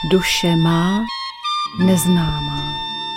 Duše má neznámá.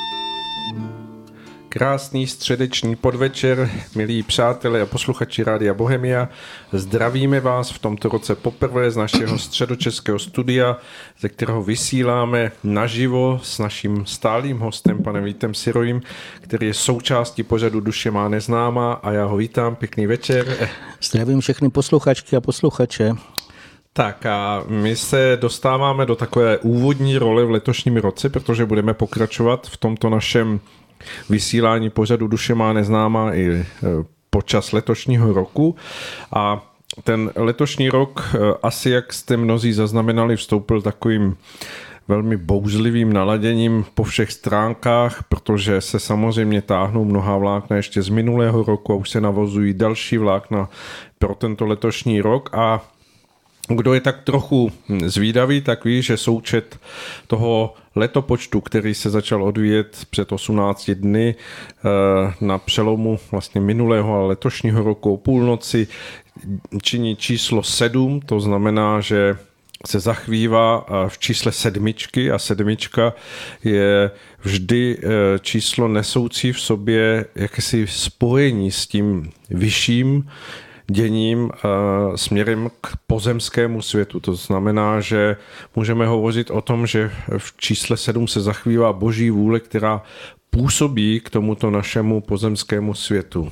Krásný středeční podvečer, milí přátelé a posluchači Rádia Bohemia. Zdravíme vás v tomto roce poprvé z našeho středočeského studia, ze kterého vysíláme naživo s naším stálým hostem, panem Vítem Syrovým, který je součástí pořadu Duše má neznámá, a já ho vítám. Pěkný večer. Zdravím všechny posluchačky a posluchače. Tak a my se dostáváme do takové úvodní role v letošním roce, protože budeme pokračovat v tomto našem vysílání pořadu Duše má neznámá i počas letošního roku. A ten letošní rok, asi jak jste mnozí zaznamenali, vstoupil takovým velmi bouřlivým naladěním po všech stránkách, protože se samozřejmě táhnou mnohá vlákna ještě z minulého roku a už se navozují další vlákna pro tento letošní rok. A kdo je tak trochu zvídavý, tak ví, že součet toho letopočtu, který se začal odvíjet před 18 dny na přelomu vlastně minulého a letošního roku o půlnoci, činí číslo 7, to znamená, že se zachvívá v čísle sedmičky a sedmička je vždy číslo nesoucí v sobě jakési spojení s tím vyšším děním směrem k pozemskému světu. To znamená, že můžeme hovořit o tom, že v čísle 7 se zachvívá Boží vůle, která působí k tomuto našemu pozemskému světu.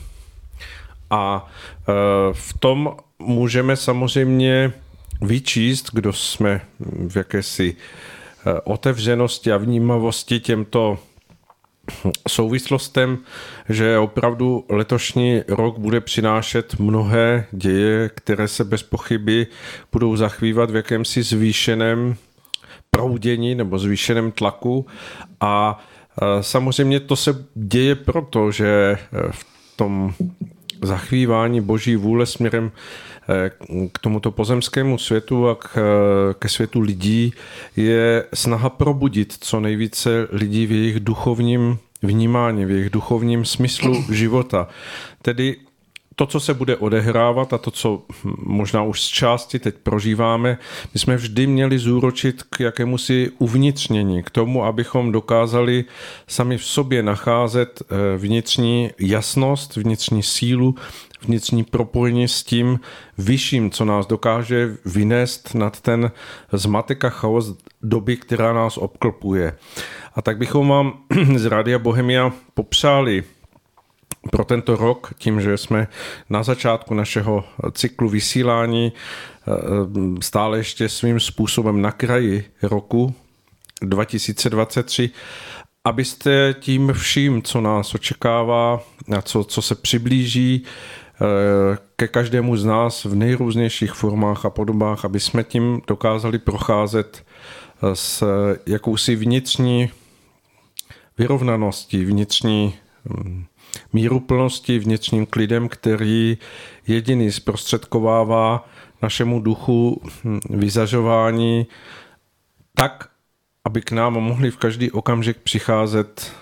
A v tom můžeme samozřejmě vyčíst, kdo jsme v jakési otevřenosti a vnímavosti těmto souvislostem, že opravdu letošní rok bude přinášet mnohé děje, které se bez pochyby budou zachvívat v jakémsi zvýšeném proudění nebo zvýšeném tlaku. A samozřejmě to se děje proto, že v tom zachvívání Boží vůle směrem k tomuto pozemskému světu a ke světu lidí je snaha probudit co nejvíce lidí v jejich duchovním vnímání, v jejich duchovním smyslu života. Tedy to, co se bude odehrávat a to, co možná už z části teď prožíváme, my jsme vždy měli zúročit k jakémusi uvnitřnění, k tomu, abychom dokázali sami v sobě nacházet vnitřní jasnost, vnitřní sílu, vnitřní propojení s tím vyšším, co nás dokáže vynést nad ten zmatek a chaos doby, která nás obklopuje. A tak bychom vám z Rádia Bohemia popřáli pro tento rok, tím, že jsme na začátku našeho cyklu vysílání stále ještě svým způsobem na kraji roku 2023, abyste tím vším, co nás očekává a co se přiblíží ke každému z nás v nejrůznějších formách a podobách, aby jsme tím dokázali procházet s jakousi vnitřní vyrovnaností, vnitřní míruplnosti, vnitřním klidem, který jediný zprostředkovává našemu duchu vyzařování tak, aby k nám mohli v každý okamžik přicházet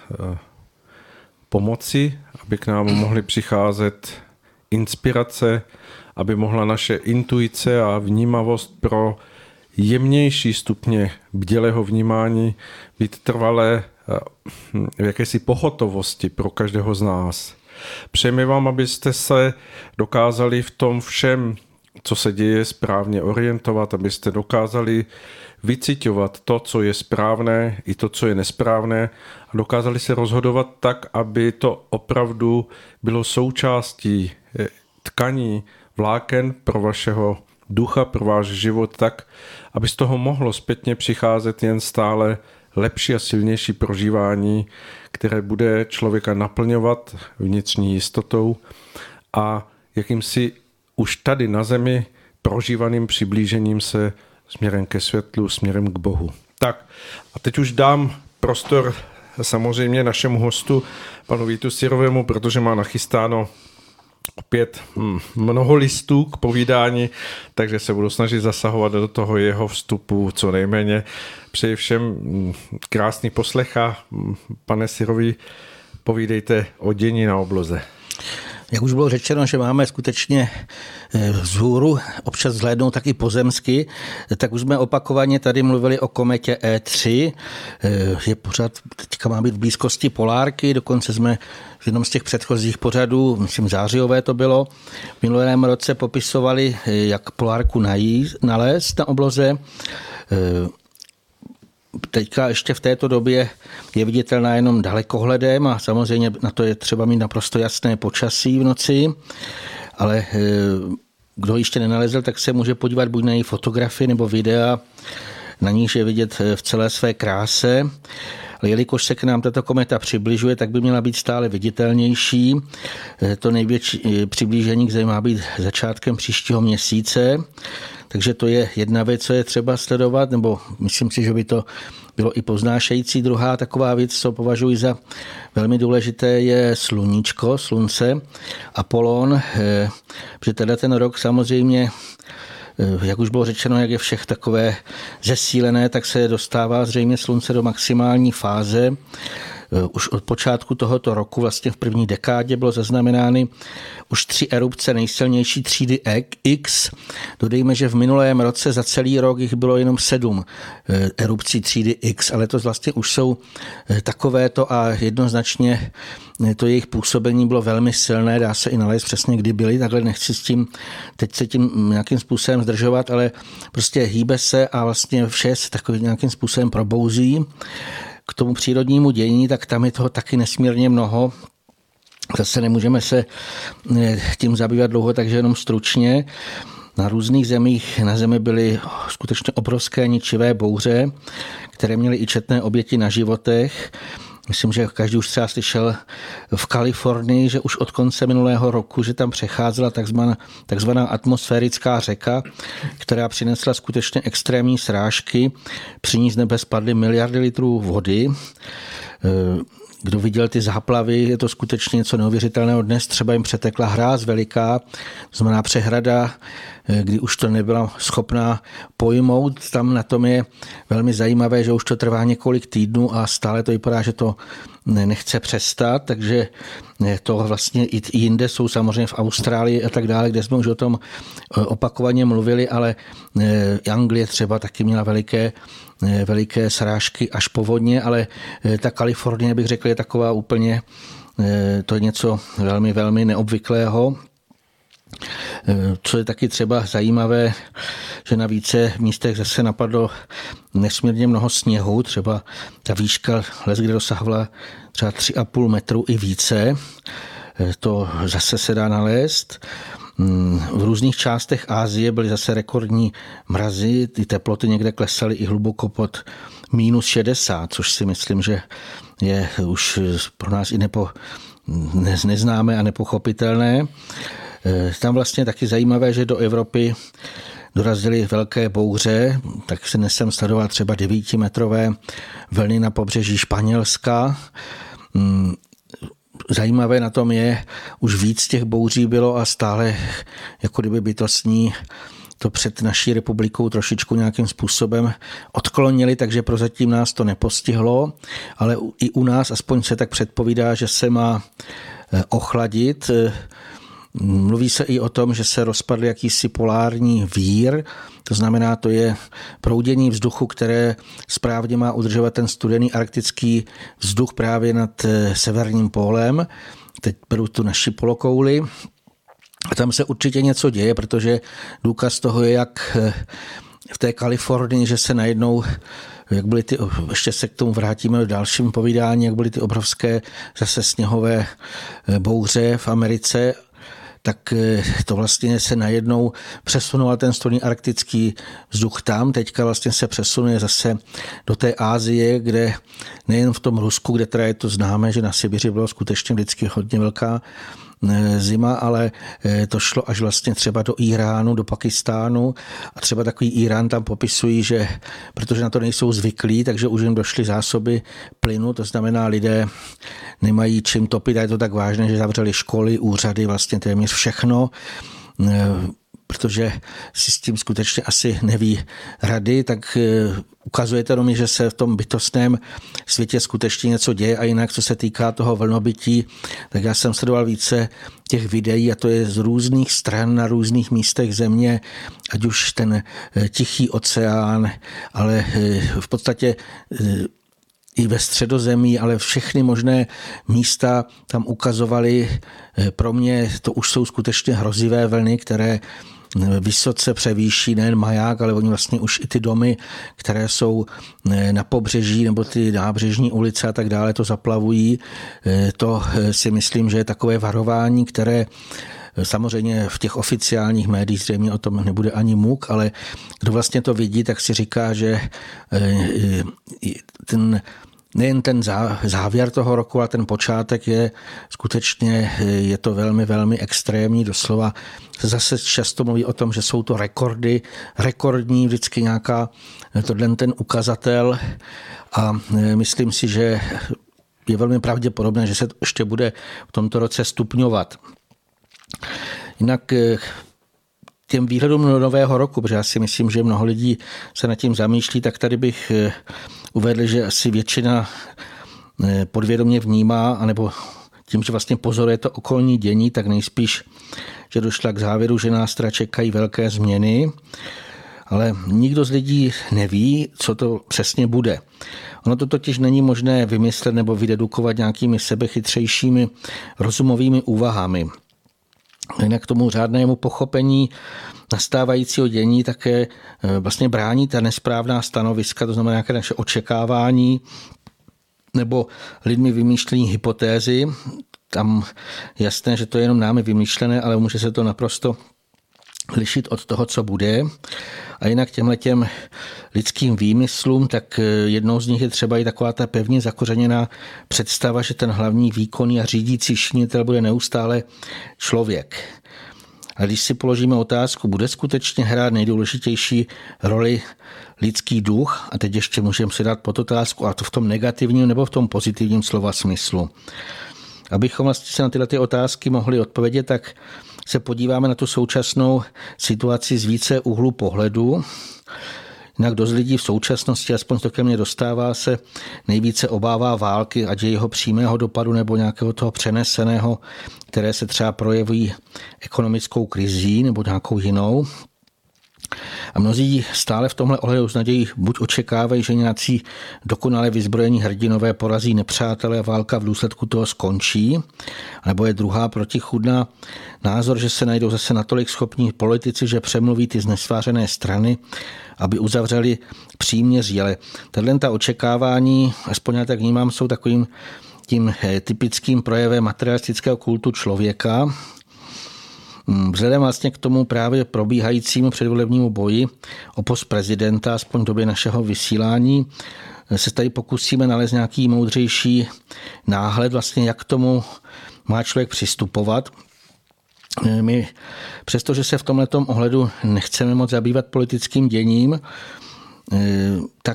pomoci, aby k nám mohly přicházet inspirace, aby mohla naše intuice a vnímavost pro jemnější stupně bdělého vnímání být trvalé v jakési pohotovosti pro každého z nás. Přejeme vám, abyste se dokázali v tom všem, co se děje, správně orientovat, abyste dokázali vyciťovat to, co je správné, i to, co je nesprávné, a dokázali se rozhodovat tak, aby to opravdu bylo součástí tkaní vláken pro vašeho ducha, pro váš život, tak, aby z toho mohlo zpětně přicházet jen stále lepší a silnější prožívání, které bude člověka naplňovat vnitřní jistotou a jakýmsi už tady na zemi prožívaným přiblížením se směrem ke světlu, směrem k Bohu. Tak a teď už dám prostor samozřejmě našemu hostu, panu Vítu Syrovému, protože má nachystáno opět mnoho listů k povídání, takže se budu snažit zasahovat do toho jeho vstupu co nejméně. Přeji všem krásný poslech a pane Syrový, povídejte o dění na obloze. Jak už bylo řečeno, že máme skutečně vzhůru občas vzhlédnout taky pozemsky, tak už jsme opakovaně tady mluvili o kometě E3. Je pořád, teďka má být v blízkosti polárky, dokonce jsme v jednom z těch předchozích pořadů, myslím zářijové to bylo, v minulém roce popisovali, jak polárku nalézt na obloze. Teďka ještě v této době je viditelná jenom dalekohledem a samozřejmě na to je třeba mít naprosto jasné počasí v noci, ale kdo ještě nenalezl, tak se může podívat buď na její fotografii nebo videa, na níž je vidět v celé své kráse. Ale jelikož se k nám tato kometa přibližuje, tak by měla být stále viditelnější. To největší přiblížení k Zemi má být začátkem příštího měsíce. Takže to je jedna věc, co je třeba sledovat, nebo myslím si, že by to bylo i poznášející. Druhá taková věc, co považuji za velmi důležité, je sluníčko, slunce, Apollon, protože tenhle ten rok samozřejmě, jak už bylo řečeno, jak je všech takové zesílené, tak se dostává zřejmě slunce do maximální fáze. Už od počátku tohoto roku, vlastně v první dekádě, bylo zaznamenány už 3 erupce nejsilnější třídy X. Dodejme, že v minulém roce za celý rok jich bylo jenom 7 erupcí třídy X, ale to vlastně už jsou takovéto a jednoznačně to jejich působení bylo velmi silné, dá se i nalézt přesně, kdy byly, takhle nechci teď se tím nějakým způsobem zdržovat, ale prostě hýbe se a vlastně vše se takovým nějakým způsobem probouzí. K tomu přírodnímu dění, tak tam je toho taky nesmírně mnoho. Zase nemůžeme se tím zabývat dlouho, takže jenom stručně. Na různých zemích na Zemi byly skutečně obrovské ničivé bouře, které měly i četné oběti na životech. Myslím, že každý už třeba slyšel v Kalifornii, že už od konce minulého roku, že tam přecházela takzvaná atmosférická řeka, která přinesla skutečně extrémní srážky. Při ní z nebe spadly miliardy litrů vody. Kdo viděl ty záplavy, je to skutečně něco neuvěřitelného. Dnes třeba jim přetekla hráz veliká, to znamená přehrada, kdy už to nebyla schopná pojmout. Tam na tom je velmi zajímavé, že už to trvá několik týdnů a stále to vypadá, že to nechce přestat, takže to vlastně i jinde jsou samozřejmě v Austrálii a tak dále, kde jsme už o tom opakovaně mluvili, ale Anglie třeba taky měla veliké srážky až povodně, ale ta Kalifornie, bych řekl, je taková úplně, to je něco velmi, velmi neobvyklého. Co je taky třeba zajímavé, že na více místech zase napadlo nesmírně mnoho sněhu, třeba ta výška leckde dosahovala třeba 3,5 metru i více. To zase se dá nalézt. V různých částech Asie byly zase rekordní mrazy, ty teploty někde klesaly i hluboko pod -60, což si myslím, že je už pro nás i neznámé a nepochopitelné. Tam vlastně taky zajímavé, že do Evropy dorazily velké bouře, tak se nesem sledoval třeba 9metrové vlny na pobřeží Španělska. Zajímavé na tom je, už víc těch bouří bylo a stále jako kdyby bytostní to před naší republikou trošičku nějakým způsobem odklonili, takže prozatím nás to nepostihlo, ale i u nás aspoň se tak předpovídá, že se má ochladit. Mluví se i o tom, že se rozpadl jakýsi polární vír, to znamená, to je proudění vzduchu, které správně má udržovat ten studený arktický vzduch právě nad severním pólem. Teď beru tu naši polokouli. A tam se určitě něco děje, protože důkaz toho je, jak v té Kalifornii, že se najednou, jak byly ty, ještě se k tomu vrátíme v dalším povídání, jak byly ty obrovské zase sněhové bouře v Americe, tak to vlastně se najednou přesunul ten studený arktický vzduch tam. Teďka vlastně se přesunuje zase do té Asie, kde nejen v tom Rusku, kde teda je to známé, že na Sibiři bylo skutečně vždycky hodně velká zima, ale to šlo až vlastně třeba do Iránu, do Pakistánu a třeba takový Irán tam popisují, že protože na to nejsou zvyklí, takže už jim došly zásoby plynu, to znamená lidé nemají čím topit a je to tak vážné, že zavřeli školy, úřady, vlastně téměř všechno, protože si s tím skutečně asi neví rady, tak ukazuje to mi, že se v tom bytostném světě skutečně něco děje a jinak, co se týká toho vlnobytí, tak já jsem sledoval více těch videí a to je z různých stran na různých místech země, ať už ten Tichý oceán, ale v podstatě i ve Středozemí, ale všechny možné místa tam ukazovaly. Pro mě to už jsou skutečně hrozivé vlny, které vysoce převýší nejen maják, ale oni vlastně už i ty domy, které jsou na pobřeží nebo ty nábřežní ulice a tak dále, to zaplavují. To si myslím, že je takové varování, které samozřejmě v těch oficiálních médiích zřejmě o tom nebude ani muk, ale kdo vlastně to vidí, tak si říká, že nejen ten závěr toho roku, ale ten počátek je to velmi, velmi extrémní. Doslova zase často mluví o tom, že jsou to rekordní vždycky nějaká ten ukazatel a myslím si, že je velmi pravděpodobné, že se to ještě bude v tomto roce stupňovat. Jinak těm výhledům nového roku, protože já si myslím, že mnoho lidí se nad tím zamýšlí, tak tady bych uvedl, že asi většina podvědomě vnímá, anebo tím, že vlastně pozoruje to okolní dění, tak nejspíš, že došla k závěru, že nás teda čekají velké změny, ale nikdo z lidí neví, co to přesně bude. Ono to totiž není možné vymyslet nebo vydedukovat nějakými sebechytřejšími rozumovými úvahami. Jinak k tomu řádnému pochopení nastávajícího dění také vlastně brání ta nesprávná stanoviska, to znamená nějaké naše očekávání nebo lidmi vymýšlení hypotézy. Tam jasné, že to je jenom námi vymýšlené, ale může se to naprosto lišit od toho, co bude. A jinak těmhletěm lidským výmyslům, tak jednou z nich je třeba i taková ta pevně zakořeněná představa, že ten hlavní výkonný a řídící činitel bude neustále člověk. A když si položíme otázku, bude skutečně hrát nejdůležitější roli lidský duch, a teď ještě můžeme si dát podotázku, a to v tom negativním nebo v tom pozitivním slova smyslu. Abychom vlastně se na tyhle ty otázky mohli odpovědět, tak se podíváme na tu současnou situaci z více úhlu pohledu. Jinak dost lidí v současnosti, aspoň to ke mně dostává, se nejvíce obává války, ať je jeho přímého dopadu nebo nějakého toho přeneseného, které se třeba projevují ekonomickou krizí nebo nějakou jinou. A mnozí stále v tomhle ohledu s nadějí buď očekávají, že nějací dokonale vyzbrojení hrdinové porazí nepřátelé a válka v důsledku toho skončí, nebo je druhá protichůdná názor, že se najdou zase natolik schopní politici, že přemluví ty znesvářené strany, aby uzavřeli příměří. Ale tato očekávání, aspoň já tak vnímám, jsou takovým tím typickým projevem materialistického kultu člověka. Vzhledem vlastně k tomu právě probíhajícímu předvolebnímu boji o post prezidenta, aspoň v době našeho vysílání, se tady pokusíme nalézt nějaký moudřejší náhled, vlastně jak k tomu má člověk přistupovat. My, přestože se v tomhletom ohledu nechceme moc zabývat politickým děním, tak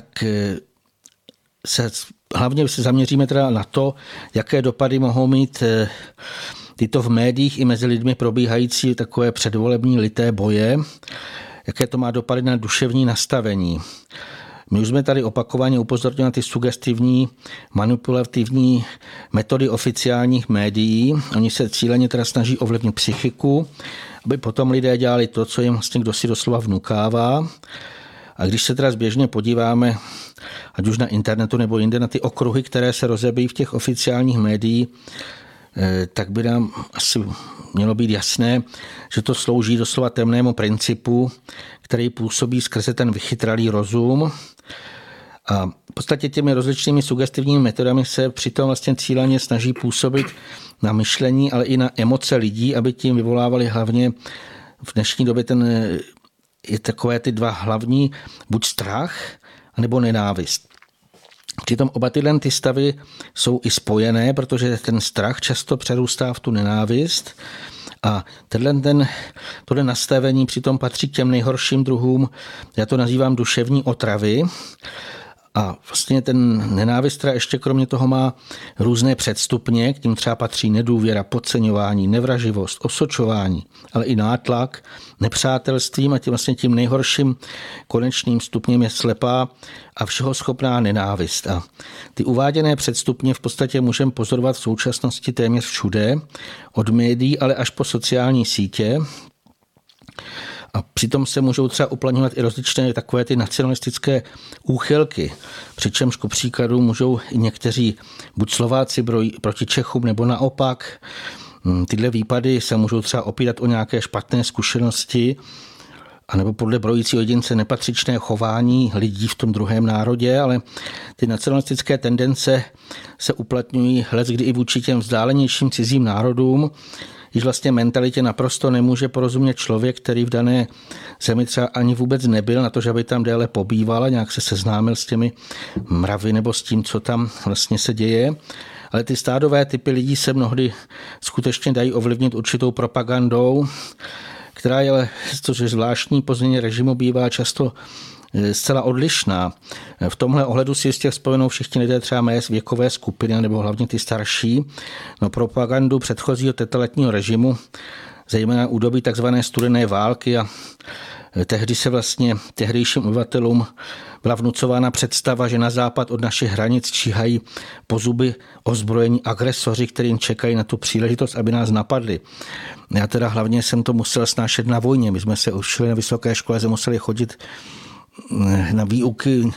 hlavně se zaměříme teda na to, jaké dopady mohou mít tyto v médiích i mezi lidmi probíhající takové předvolební lité boje, jaké to má dopady na duševní nastavení. My už jsme tady opakovaně upozornili na ty sugestivní, manipulativní metody oficiálních médií. Oni se cíleně teda snaží ovlivnit psychiku, aby potom lidé dělali to, co jim vlastně kdo si doslova vnukává. A když se teda zběžně podíváme, ať už na internetu nebo jinde, na ty okruhy, které se rozebíjí v těch oficiálních médiích, tak by nám asi mělo být jasné, že to slouží doslova temnému principu, který působí skrze ten vychytralý rozum. A v podstatě těmi rozličnými sugestivními metodami se přitom vlastně cíleně snaží působit na myšlení, ale i na emoce lidí, aby tím vyvolávali hlavně v dnešní době je takové ty dva hlavní, buď strach, nebo nenávist. Přitom oba ty stavy jsou i spojené, protože ten strach často přerůstá v tu nenávist a tohle nastavení přitom patří k těm nejhorším druhům, já to nazývám duševní otravy A vlastně ten nenávist teda ještě kromě toho má různé předstupně, k tím třeba patří nedůvěra, podceňování, nevraživost, osočování, ale i nátlak, nepřátelstvím a tím nejhorším konečným stupněm je slepá a všeho schopná nenávist. A ty uváděné předstupně v podstatě můžeme pozorovat v současnosti téměř všude, od médií, ale až po sociální sítě. A přitom se můžou třeba uplatňovat i rozličné takové ty nacionalistické úchylky, přičemž ku příkladu můžou i někteří buď Slováci proti Čechům, nebo naopak. Tyhle výpady se můžou třeba opírat o nějaké špatné zkušenosti, anebo podle brojícího jedince nepatřičné chování lidí v tom druhém národě, ale ty nacionalistické tendence se uplatňují leckdy i vůči těm vzdálenějším cizím národům, když vlastně mentalitě naprosto nemůže porozumět člověk, který v dané zemi třeba ani vůbec nebyl, na to, že by tam déle pobýval a nějak se seznámil s těmi mravy nebo s tím, co tam vlastně se děje. Ale ty stádové typy lidí se mnohdy skutečně dají ovlivnit určitou propagandou, která je, což je zvláštní, po změně režimu bývá často zcela odlišná. V tomhle ohledu si jistě vzpomenou všichni lidé třeba mé věkové skupiny, nebo hlavně ty starší, propagandu předchozího totalitního režimu, zejména u doby takzvané studené války, a tehdy se vlastně tehdejším obyvatelům byla vnucována představa, že na západ od našich hranic číhají po zuby ozbrojení agresoři, kterým čekají na tu příležitost, aby nás napadli. Já teda hlavně jsem to musel snášet na vojně. My jsme se učili na vysoké škole, jsme museli chodit na výuky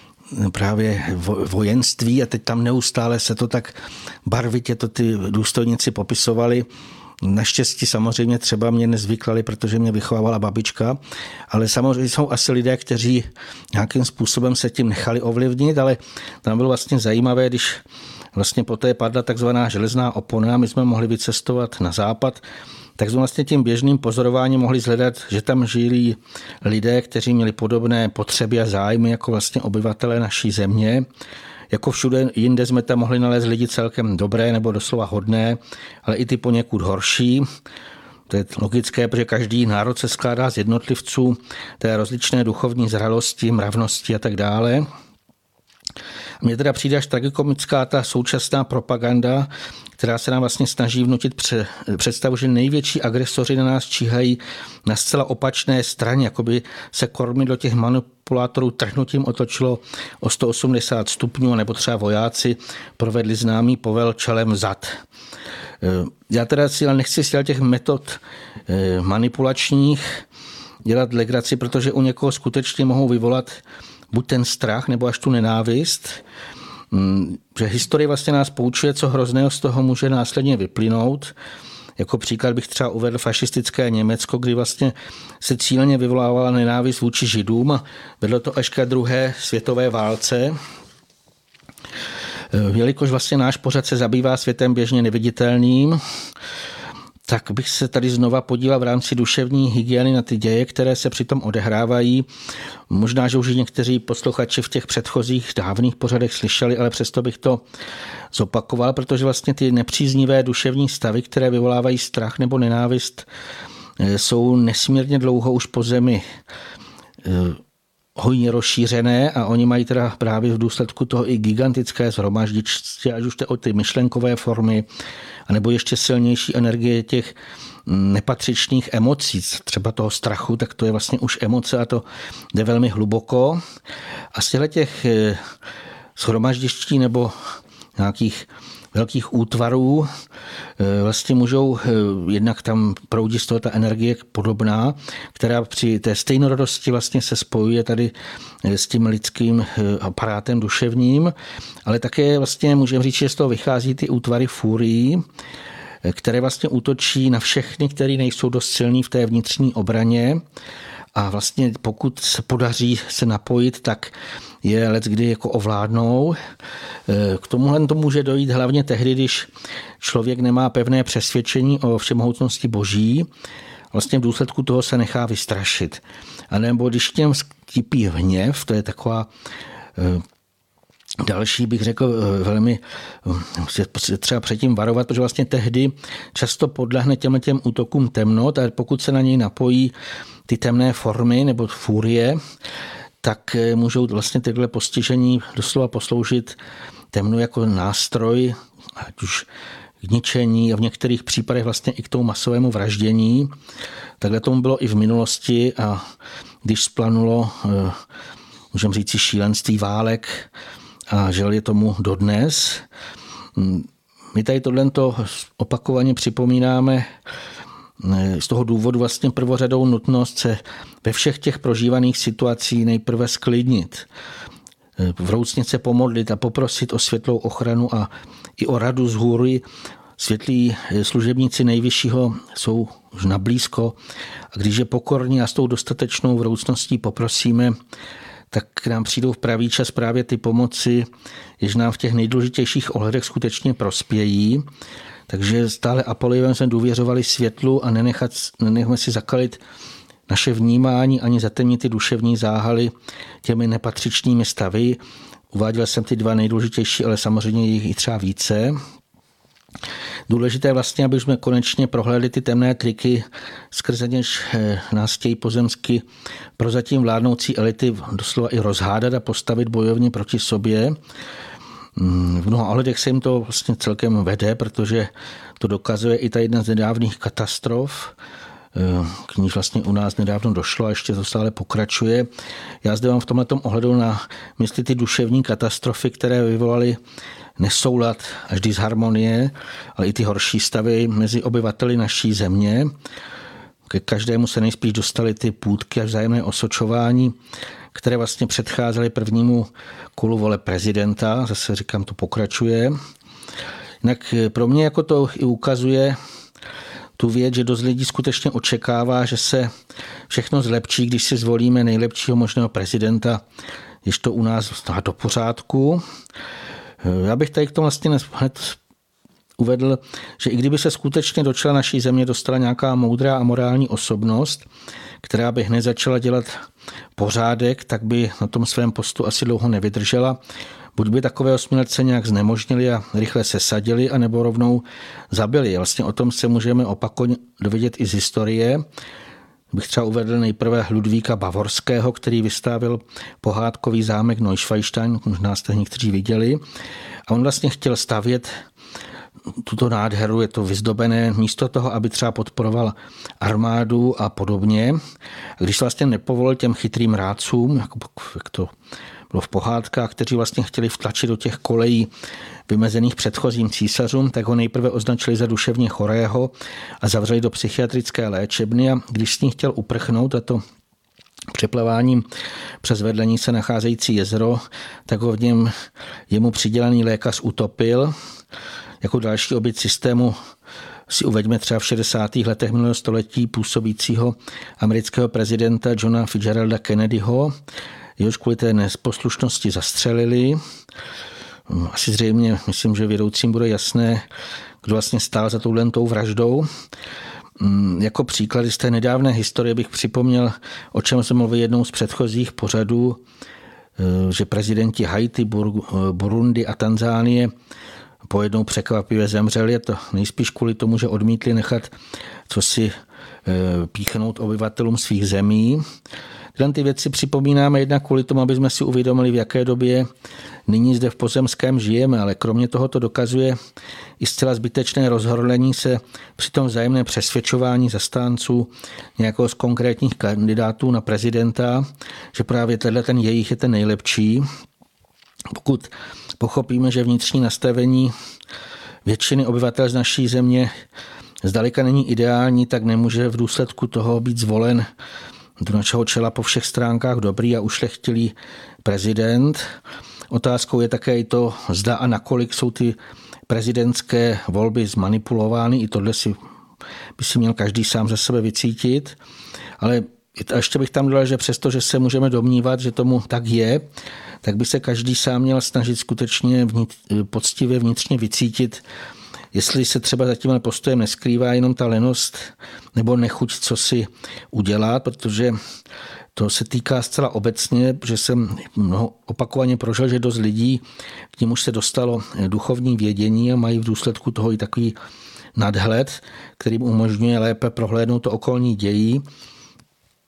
právě vojenství a teď tam neustále se to tak barvitě to ty důstojníci popisovali. Naštěstí samozřejmě třeba mě nezvyklali, protože mě vychovávala babička, ale samozřejmě jsou asi lidé, kteří nějakým způsobem se tím nechali ovlivnit, ale tam bylo vlastně zajímavé, když vlastně poté padla takzvaná železná opona a my jsme mohli vycestovat na západ, tak jsme vlastně tím běžným pozorováním mohli zhledat, že tam žijí lidé, kteří měli podobné potřeby a zájmy jako vlastně obyvatelé naší země. Jako všude jinde jsme tam mohli nalézt lidi celkem dobré nebo doslova hodné, ale i ty poněkud horší. To je logické, protože každý národ se skládá z jednotlivců, té rozličné duchovní zralosti, mravnosti a tak dále. Mně teda přijde až tragikomická ta současná propaganda, která se nám vlastně snaží vnutit představu, že největší agresoři na nás číhají na zcela opačné straně, jako by se kormidlo těch manipulátorů trhnutím otočilo o 180 stupňů, nebo třeba vojáci provedli známý povel čelem vzad. Já teda si ale nechci z těch metod manipulačních dělat legraci, protože u někoho skutečně mohou vyvolat buď ten strach, nebo až tu nenávist, že historie vlastně nás poučuje, co hrozného z toho může následně vyplynout. Jako příklad bych třeba uvedl fašistické Německo, kdy vlastně se cíleně vyvolávala nenávist vůči Židům a vedlo to až ke druhé světové válce. Jelikož vlastně náš pořad se zabývá světem běžně neviditelným, tak bych se tady znova podíval v rámci duševní hygieny na ty děje, které se přitom odehrávají. Možná, že už někteří posluchači v těch předchozích dávných pořadech slyšeli, ale přesto bych to zopakoval, protože vlastně ty nepříznivé duševní stavy, které vyvolávají strach nebo nenávist, jsou nesmírně dlouho už po zemi hojně rozšířené a oni mají teda právě v důsledku toho i gigantické shromaždičství, ať už to o ty myšlenkové formy, anebo ještě silnější energie těch nepatřičných emocí, třeba toho strachu, tak to je vlastně už emoce a to jde velmi hluboko. A z těch shromaždiští nebo nějakých velkých útvarů vlastně můžou, jednak tam proudí z toho ta energie podobná, která při té stejnorodosti vlastně se spojuje tady s tím lidským aparátem duševním, ale také vlastně můžeme říct, že z toho vychází ty útvary furií, které vlastně útočí na všechny, kteří nejsou dost silní v té vnitřní obraně. A vlastně pokud se podaří se napojit, tak je leckdy jako ovládnou. K tomuhle to může dojít hlavně tehdy, když člověk nemá pevné přesvědčení o všemohutnosti Boží. Vlastně v důsledku toho se nechá vystrašit. A nebo když těm skýpí hněv, to je taková další, bych řekl, velmi třeba předtím varovat, protože vlastně tehdy často podlehne těm útokům temnot a pokud se na něj napojí ty temné formy nebo furie, tak můžou vlastně tyhle postižení doslova posloužit temnu jako nástroj, ať už k ničení a v některých případech vlastně i k tomu masovému vraždění. Takhle tomu bylo i v minulosti a když splanulo, můžeme říct, šílenství válek a žel je tomu dodnes. My tady tohleto opakovaně připomínáme z toho důvodu vlastně prvořadou nutnost se ve všech těch prožívaných situacích nejprve sklidnit, vroucnit se pomodlit a poprosit o světlou ochranu a i o radu z hůry. Světlí služebníci nejvyššího jsou už nablízko a když je pokorní a s tou dostatečnou vroucností poprosíme, tak k nám přijdou v pravý čas právě ty pomoci, jež nám v těch nejdůležitějších ohledech skutečně prospějí. Takže stále apelujeme, jsme důvěřovali světlu a nenechme si zakalit naše vnímání ani zatemnit ty duševní záhaly těmi nepatřičnými stavy. Uváděl jsem ty dva nejdůležitější, ale samozřejmě jich i třeba více. Důležité vlastně, aby jsme konečně prohlédli ty temné triky, skrze něž nás chtějí pozemsky prozatím vládnoucí elity doslova i rozhádat a postavit bojovně proti sobě. V mnoha ohledech se jim to vlastně celkem vede, protože to dokazuje i ta jedna z nedávných katastrof, k níž vlastně u nás nedávno došlo a ještě to stále pokračuje. Já zde mám v tomhletom ohledu na mysli ty duševní katastrofy, které vyvolaly nesoulad až disharmonie, ale i ty horší stavy mezi obyvateli naší země. Ke každému se nejspíš dostaly ty půtky a vzájemné osočování, které vlastně předcházely prvnímu kolu voleb prezidenta. Zase říkám, to pokračuje. Jinak pro mě jako to i ukazuje tu věc, že dost lidí skutečně očekává, že se všechno zlepší, když si zvolíme nejlepšího možného prezidenta, jež to u nás dá do pořádku. Já bych tady k tomu vlastně hned uvedl, že i kdyby se skutečně do čela naší země dostala nějaká moudrá a morální osobnost, která by hned začala dělat pořádek, tak by na tom svém postu asi dlouho nevydržela. Buď by takové osmilce nějak znemožnili a rychle sesadili, anebo rovnou zabili. Vlastně o tom se můžeme opakovaně dovědět i z historie. Bych třeba uvedl nejprve Ludvíka Bavorského, který vystavěl pohádkový zámek Neuschwanstein, možná jste někteří viděli. A on vlastně chtěl stavět tuto nádheru, je to vyzdobené, místo toho, aby třeba podporoval armádu a podobně. A když vlastně nepovolil těm chytrým rádcům, jak to bylo v pohádkách, kteří vlastně chtěli vtlačit do těch kolejí vymezených předchozím císařům, tak ho nejprve označili za duševně chorého a zavřeli do psychiatrické léčebny a když s ní chtěl uprchnout, a to přepleváním přes vedlení se nacházející jezero, tak ho v něm jemu přidělený lékař utopil. Jako další oběť systému si uveďme třeba v 60. letech minulého století působícího amerického prezidenta Johna Fitzgeralda Kennedyho. Jehož kvůli té nesposlušnosti zastřelili. Asi zřejmě, myslím, že vědoucím bude jasné, kdo vlastně stál za touhletou vraždou. Jako příklady z té nedávné historie bych připomněl, o čem jsem mluvil jednou z předchozích pořadů, že prezidenti Haiti, Burundi a Tanzánie pojednou překvapivě zemřeli. Je to nejspíš kvůli tomu, že odmítli nechat cosi píchnout obyvatelům svých zemí. Tyhle ty věci připomínáme jednak kvůli tomu, aby jsme si uvědomili, v jaké době nyní zde v pozemském žijeme, ale kromě toho to dokazuje i zcela zbytečné rozhorlení se při tom vzájemné přesvědčování zastánců nějakého z konkrétních kandidátů na prezidenta, že právě ten jejich je ten nejlepší. Pokud pochopíme, že vnitřní nastavení většiny obyvatel z naší země zdaleka není ideální, tak nemůže v důsledku toho být zvolen do našeho čela po všech stránkách dobrý a ušlechtilý prezident. Otázkou je také i to, zda a nakolik jsou ty prezidentské volby zmanipulovány. I tohle by si měl každý sám ze sebe vycítit. Ale ještě bych tam dodal, že přesto, že se můžeme domnívat, že tomu tak je, tak by se každý sám měl snažit skutečně poctivě vnitřně vycítit, jestli se třeba za tímhle postojem neskrývá jenom ta lenost nebo nechuť, co si udělat, protože to se týká zcela obecně, že jsem opakovaně prožil, že dost lidí, k němuž se dostalo duchovní vědění a mají v důsledku toho i takový nadhled, který umožňuje lépe prohlédnout to okolní dějí,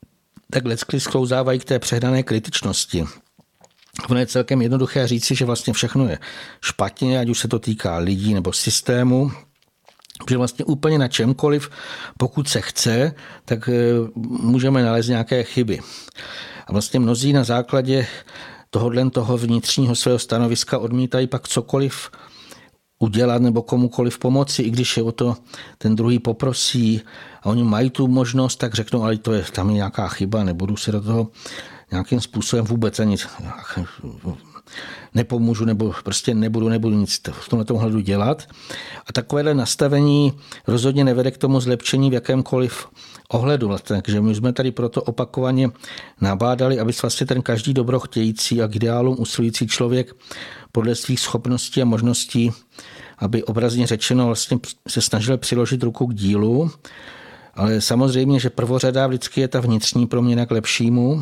tak leckdy sklouzávají k té přehnané kritičnosti. Ono je celkem jednoduché říci, že vlastně všechno je špatně, ať už se to týká lidí nebo systému, že vlastně úplně na čemkoliv, pokud se chce, tak můžeme nalézt nějaké chyby. A vlastně mnozí na základě toho vnitřního svého stanoviska odmítají pak cokoliv udělat nebo komukoliv pomoci, i když je o to ten druhý poprosí a oni mají tu možnost, tak řeknou, ale tam je nějaká chyba, nebudu se do toho nějakým způsobem vůbec ani nepomůžu nebo prostě nebudu nic v tomhle ohledu dělat. A takovéhle nastavení rozhodně nevede k tomu zlepšení v jakémkoliv ohledu. Takže my jsme tady proto opakovaně nabádali, aby vlastně ten každý dobrochtějící a k ideálům usilující člověk podle svých schopností a možností, aby obrazně řečeno vlastně se snažil přiložit ruku k dílu. Ale samozřejmě, že prvořadá vždycky je ta vnitřní proměna k lepšímu.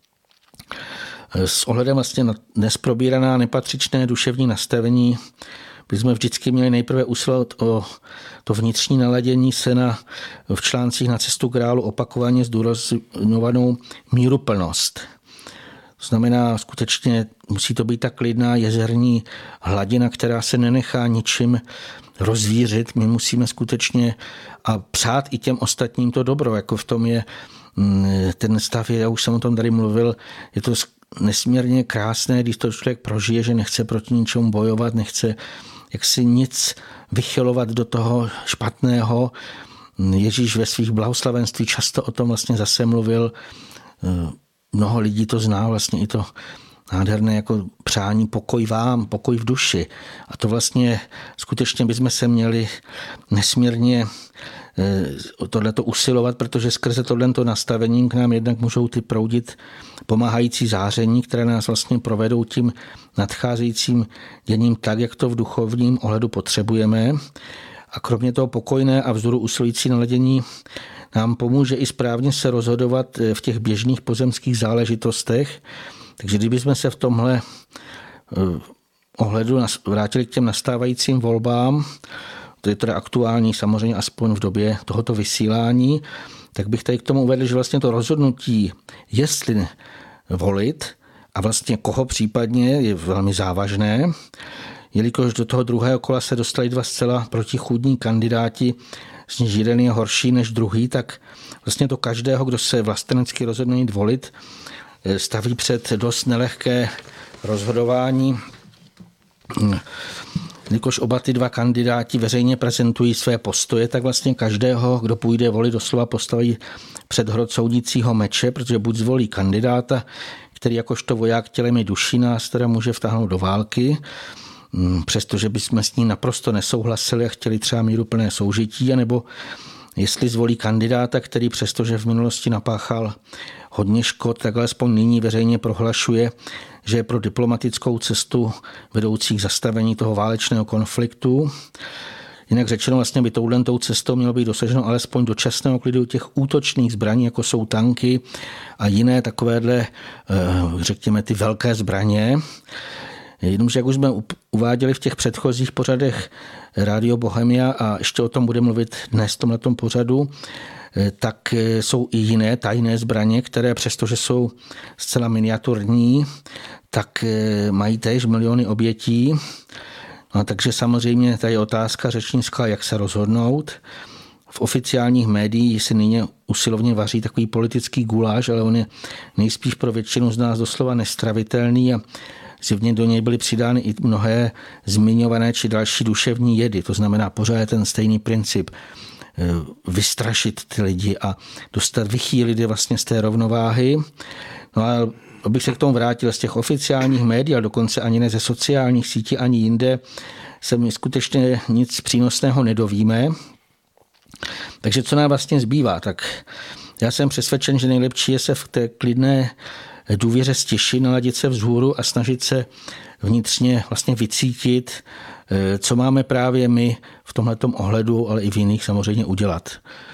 S ohledem vlastně na dnes probíraná nepatřičné duševní nastavení bychom vždycky měli nejprve usilovat o to vnitřní naladění se v článcích Na cestu k reálu opakovaně zdůrazňovanou míruplnost. To znamená, skutečně musí to být ta klidná jezerní hladina, která se nenechá ničím rozvířit. My musíme skutečně a přát i těm ostatním to dobro, jako v tom je ten stav, já už jsem o tom tady mluvil, je to nesmírně krásné, když to člověk prožije, že nechce proti ničemu bojovat, nechce jaksi nic vychylovat do toho špatného. Ježíš ve svých blahoslavenství často o tom vlastně zase mluvil. Mnoho lidí to zná, vlastně i to nádherné jako přání pokoj vám, pokoj v duši. A to vlastně skutečně bychom se měli nesmírně tohleto usilovat, protože skrze tohleto nastavení k nám jednak můžou ty proudit pomáhající záření, které nás vlastně provedou tím nadcházejícím děním tak, jak to v duchovním ohledu potřebujeme. A kromě toho pokojné a vzoru usilující naladění nám pomůže i správně se rozhodovat v těch běžných pozemských záležitostech. Takže kdybychom se v tomhle ohledu vrátili k těm nastávajícím volbám, to je teda aktuální samozřejmě aspoň v době tohoto vysílání, tak bych tady k tomu uvedl, že vlastně to rozhodnutí, jestli volit a vlastně koho případně, je velmi závažné, jelikož do toho druhého kola se dostali dva zcela protichůdní kandidáti, z nich jeden je horší než druhý, tak vlastně to každého, kdo se vlastenecky rozhodne jít volit, staví před dost nelehké rozhodování. Jelikož oba ty dva kandidáti veřejně prezentují své postoje, tak vlastně každého, kdo půjde volit, doslova postaví před hrot soudícího meče, protože buď zvolí kandidáta, který jakožto voják tělem i duší nás teda může vtáhnout do války, přestože bychom s ní naprosto nesouhlasili a chtěli třeba míruplné soužití, anebo jestli zvolí kandidáta, který přestože v minulosti napáchal hodně škod, tak alespoň nyní veřejně prohlašuje, že je pro diplomatickou cestu vedoucí k zastavení toho válečného konfliktu. Jinak řečeno, vlastně by touhletou cestou mělo být dosaženo alespoň dočasného klidu těch útočných zbraní, jako jsou tanky a jiné takovéhle, řekněme, ty velké zbraně. Jenomže, jak už jsme uváděli v těch předchozích pořadech Rádio Bohemia a ještě o tom bude mluvit dnes v tomhletom pořadu, tak jsou i jiné tajné zbraně, které přestože jsou zcela miniaturní, tak mají též miliony obětí. No, takže samozřejmě tady je otázka řečnická, jak se rozhodnout. V oficiálních médiích se nyní usilovně vaří takový politický guláš, ale on je nejspíš pro většinu z nás doslova nestravitelný a zjevně do něj byly přidány i mnohé zmiňované či další duševní jedy. To znamená pořád ten stejný princip vystrašit ty lidi a vychýlit je vlastně z té rovnováhy. No a abych se k tomu vrátil z těch oficiálních médií, ale dokonce ani ne ze sociálních sítí, ani jinde, se mi skutečně nic přínosného nedovíme. Takže co nám vlastně zbývá? Tak já jsem přesvědčen, že nejlepší je se v té klidné důvěře stěšit, naladit se vzhůru a snažit se vnitřně vlastně vycítit, co máme právě my v tomhletom ohledu, ale i v jiných samozřejmě udělat.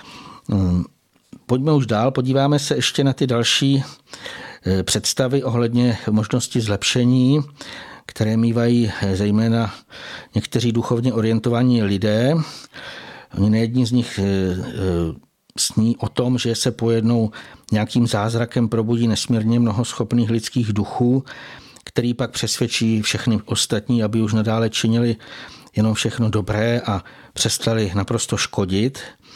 Pojďme už dál, podíváme se ještě na ty další představy ohledně možnosti zlepšení, které mívají zejména někteří duchovně orientovaní lidé. Oni nejední z nich sní o tom, že se pojednou nějakým zázrakem probudí nesmírně mnoho schopných lidských duchů, který pak přesvědčí všechny ostatní, aby už nadále činili jenom všechno dobré a přestali naprosto škodit.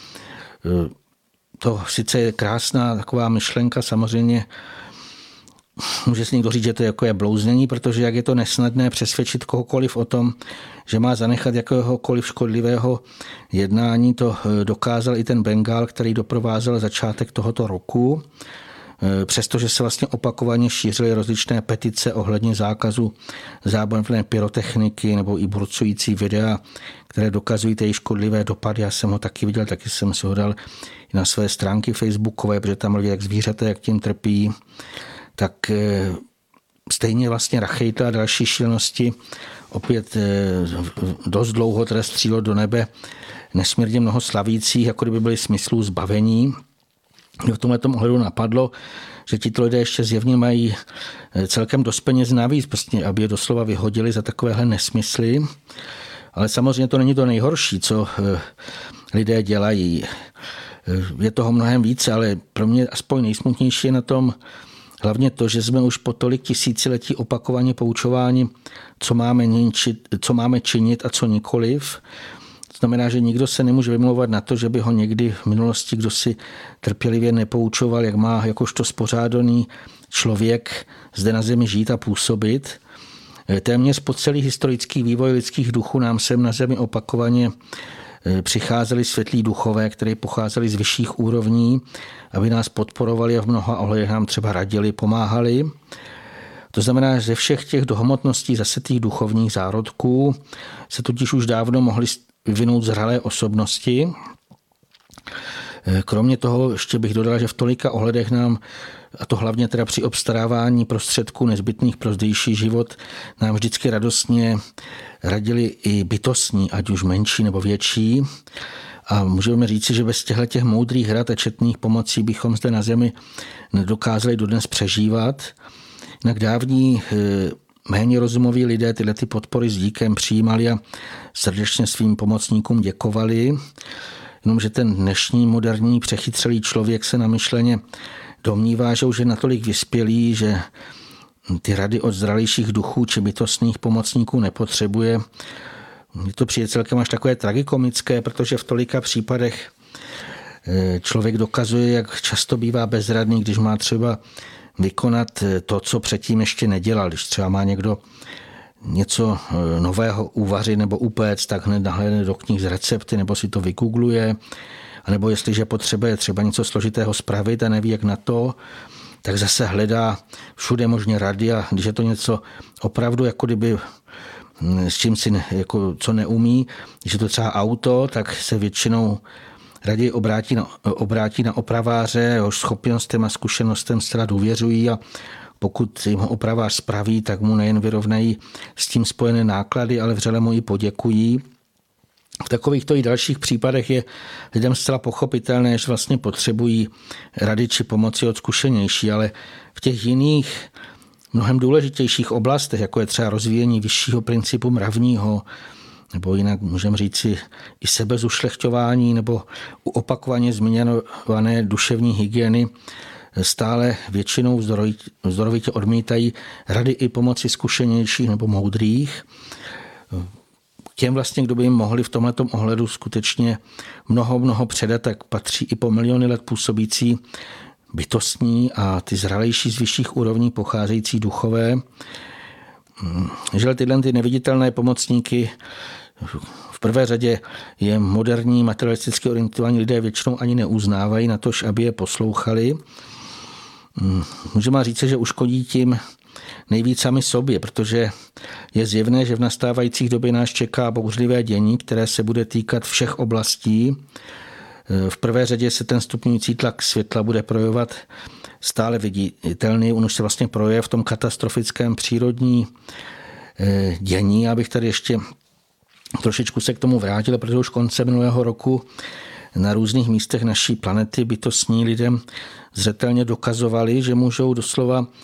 To sice je krásná taková myšlenka, samozřejmě může si někdo říct, že to je blouznění, protože jak je to nesnadné přesvědčit kohokoliv o tom, že má zanechat jakéhokoliv škodlivého jednání, to dokázal i ten Bengál, který doprovázel začátek tohoto roku. Přestože se vlastně opakovaně šířily rozličné petice ohledně zákazu zábavné pyrotechniky nebo i burcující videa, které dokazují ty škodlivé dopady. Já jsem ho taky viděl, taky jsem si ho dal i na své stránky facebookové, protože tam lidé jak zvířata, jak tím trpí. Tak stejně vlastně Rachejta a další šílenosti opět dost dlouho teda střílo do nebe nesmírně mnoho slavících, jako kdyby byli smyslů zbavení. V tomhle ohledu napadlo, že tito lidé ještě zjevně mají celkem dost peněz navíc, prostě, aby je doslova vyhodili za takovéhle nesmysly. Ale samozřejmě to není to nejhorší, co lidé dělají. Je toho mnohem více, ale pro mě aspoň nejsmutnější je na tom hlavně to, že jsme už po tolik tisíciletí opakovaně poučováni, co máme činit a co nikoliv. To znamená, že nikdo se nemůže vymlouvat na to, že by ho někdy v minulosti kdo si trpělivě nepoučoval, jak má jakožto spořádaný člověk zde na zemi žít a působit. Téměř po celý historický vývoj lidských duchů nám sem na zemi opakovaně přicházeli světlí duchové, které pocházeli z vyšších úrovní, aby nás podporovali a v mnoha ohledech nám třeba radili, pomáhali. To znamená, že ze všech těch do hmotností zasetých duchovních zárodků se totiž už dávno mohly vyvinout zralé osobnosti. Kromě toho ještě bych dodal, že v tolika ohledech nám, a to hlavně teda při obstarávání prostředků nezbytných pro zdejší život, nám vždycky radostně radili i bytostní, ať už menší nebo větší. A můžeme říci, že bez těch moudrých rad a četných pomocí bychom zde na zemi nedokázali dodnes přežívat. Jinak dávní méně rozumoví lidé tyhle ty podpory s díkem přijímali a srdečně svým pomocníkům děkovali. Jenomže ten dnešní moderní přechytřelý člověk se namyšleně domnívá, že už je natolik vyspělý, že ty rady od zralejších duchů či bytostných pomocníků nepotřebuje. Mně to přijde celkem až takové tragikomické, protože v tolika případech člověk dokazuje, jak často bývá bezradný, když má třeba vykonat to, co předtím ještě nedělal. Když třeba má někdo něco nového uvařit nebo upéct, tak hned nahlédne do knih z recepty nebo si to vygoogluje. A nebo jestliže potřebuje třeba něco složitého spravit a neví, jak na to, tak zase hledá všude možně rady a když je to něco opravdu, jako kdyby s čím si co neumí, když je to třeba auto, tak se většinou raději obrátí na opraváře, jehož schopnostem a zkušenostem zcela důvěřují a pokud jim ho opravář spraví, tak mu nejen vyrovnají s tím spojené náklady, ale vřele mu i poděkují. V takovýchto i dalších případech je lidem zcela pochopitelné, že vlastně potřebují rady či pomoci od zkušenější, ale v těch jiných mnohem důležitějších oblastech, jako je třeba rozvíjení vyššího principu mravního, nebo jinak můžeme říci i sebezušlechťování, nebo u opakovaně zmiňované duševní hygieny, stále většinou vzdorovitě odmítají rady i pomoci zkušenějších nebo moudrých. Těm vlastně, kdo by jim mohli v tomhletom ohledu skutečně mnoho předat, tak patří i po miliony let působící bytostní a ty zralejší z vyšších úrovní pocházející duchové. Že tyhle ty neviditelné pomocníky v prvé řadě je moderní materialisticky orientovaní lidé většinou ani neuznávají, natož aby je poslouchali. Můžeme říct, že uškodí tím nejvíc sami sobě, protože je zjevné, že v nastávajících době nás čeká bouřlivé dění, které se bude týkat všech oblastí. V prvé řadě se ten stupňující tlak světla bude projevovat stále viditelný, on už se vlastně projeví v tom katastrofickém přírodní dění. Já bych tady ještě trošičku se k tomu vrátil, protože už koncem minulého roku na různých místech naší planety bytostní lidem zřetelně dokazovali, že můžou doslova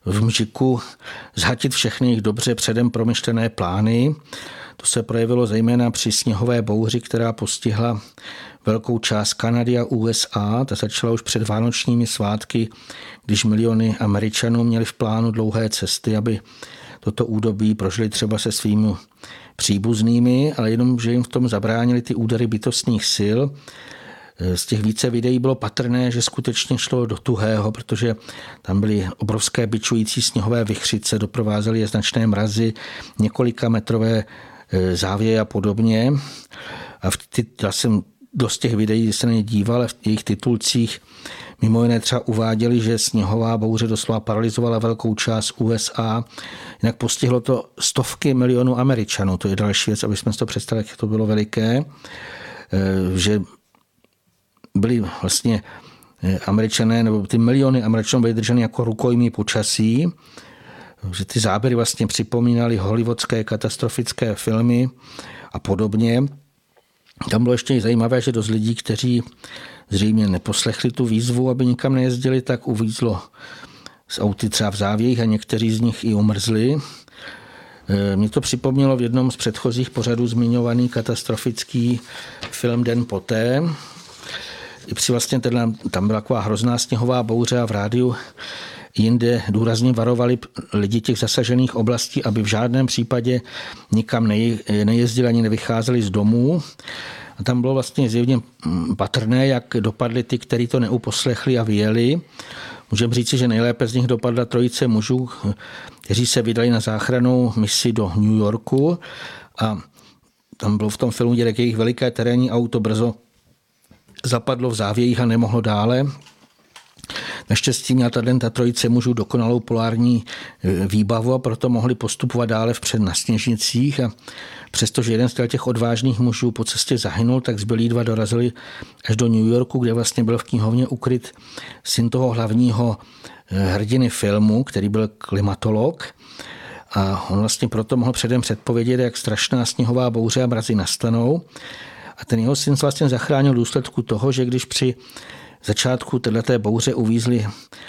v Mžiku zhatit všechny jejich dobře předem promyšlené plány. To se projevilo zejména při sněhové bouři, která postihla velkou část Kanady a USA. Ta začala už před vánočními svátky, když miliony Američanů měli v plánu dlouhé cesty, aby toto údobí prožili třeba se svými příbuznými, ale jenom, že jim v tom zabránili ty údery bytostných sil. Z těch více videí bylo patrné, že skutečně šlo do tuhého, protože tam byly obrovské bičující sněhové vichřice, doprovázely je značné mrazy, několika metrové závěje a podobně. A já jsem dost těch videí se na ně díval a v jejich titulcích mimo jiné třeba uváděli, že sněhová bouře doslova paralyzovala velkou část USA. Jinak postihlo to stovky milionů Američanů. To je další věc, aby jsme si to představili, jak to bylo veliké, že byli vlastně Američané, nebo ty miliony Američanů byly drženy jako rukojmí počasí, že ty záběry vlastně připomínaly hollywoodské katastrofické filmy a podobně. Tam bylo ještě zajímavé, že dost lidí, kteří zřejmě neposlechli tu výzvu, aby nikam nejezdili, tak uvízlo z auty třeba v závějích a někteří z nich i umrzli. Mě to připomnělo v jednom z předchozích pořadů zmiňovaný katastrofický film Den poté. Tam byla taková hrozná sněhová bouře a v rádiu jinde důrazně varovali lidi těch zasažených oblastí, aby v žádném případě nikam nejezdili ani nevycházeli z domů. A tam bylo vlastně zjevně patrné, jak dopadli ty, kteří to neuposlechli a vyjeli. Můžeme říci, že nejlépe z nich dopadla trojice mužů, kteří se vydali na záchrannou misi do New Yorku a tam bylo v tom filmu dělek jejich veliké terénní auto brzo zapadlo v závějích a nemohlo dále. Naštěstí měla ta trojice mužů dokonalou polární výbavu a proto mohli postupovat dále vpřed na sněžnicích. A přestože jeden z těch odvážných mužů po cestě zahynul, tak zbylí dva dorazili až do New Yorku, kde vlastně byl v knihovně ukryt syn toho hlavního hrdiny filmu, který byl klimatolog. A on vlastně proto mohl předem předpovědět, jak strašná sněhová bouře a mrazy nastanou. A ten jeho syn se vlastně zachránil v důsledku toho, že když při začátku této bouře uvízli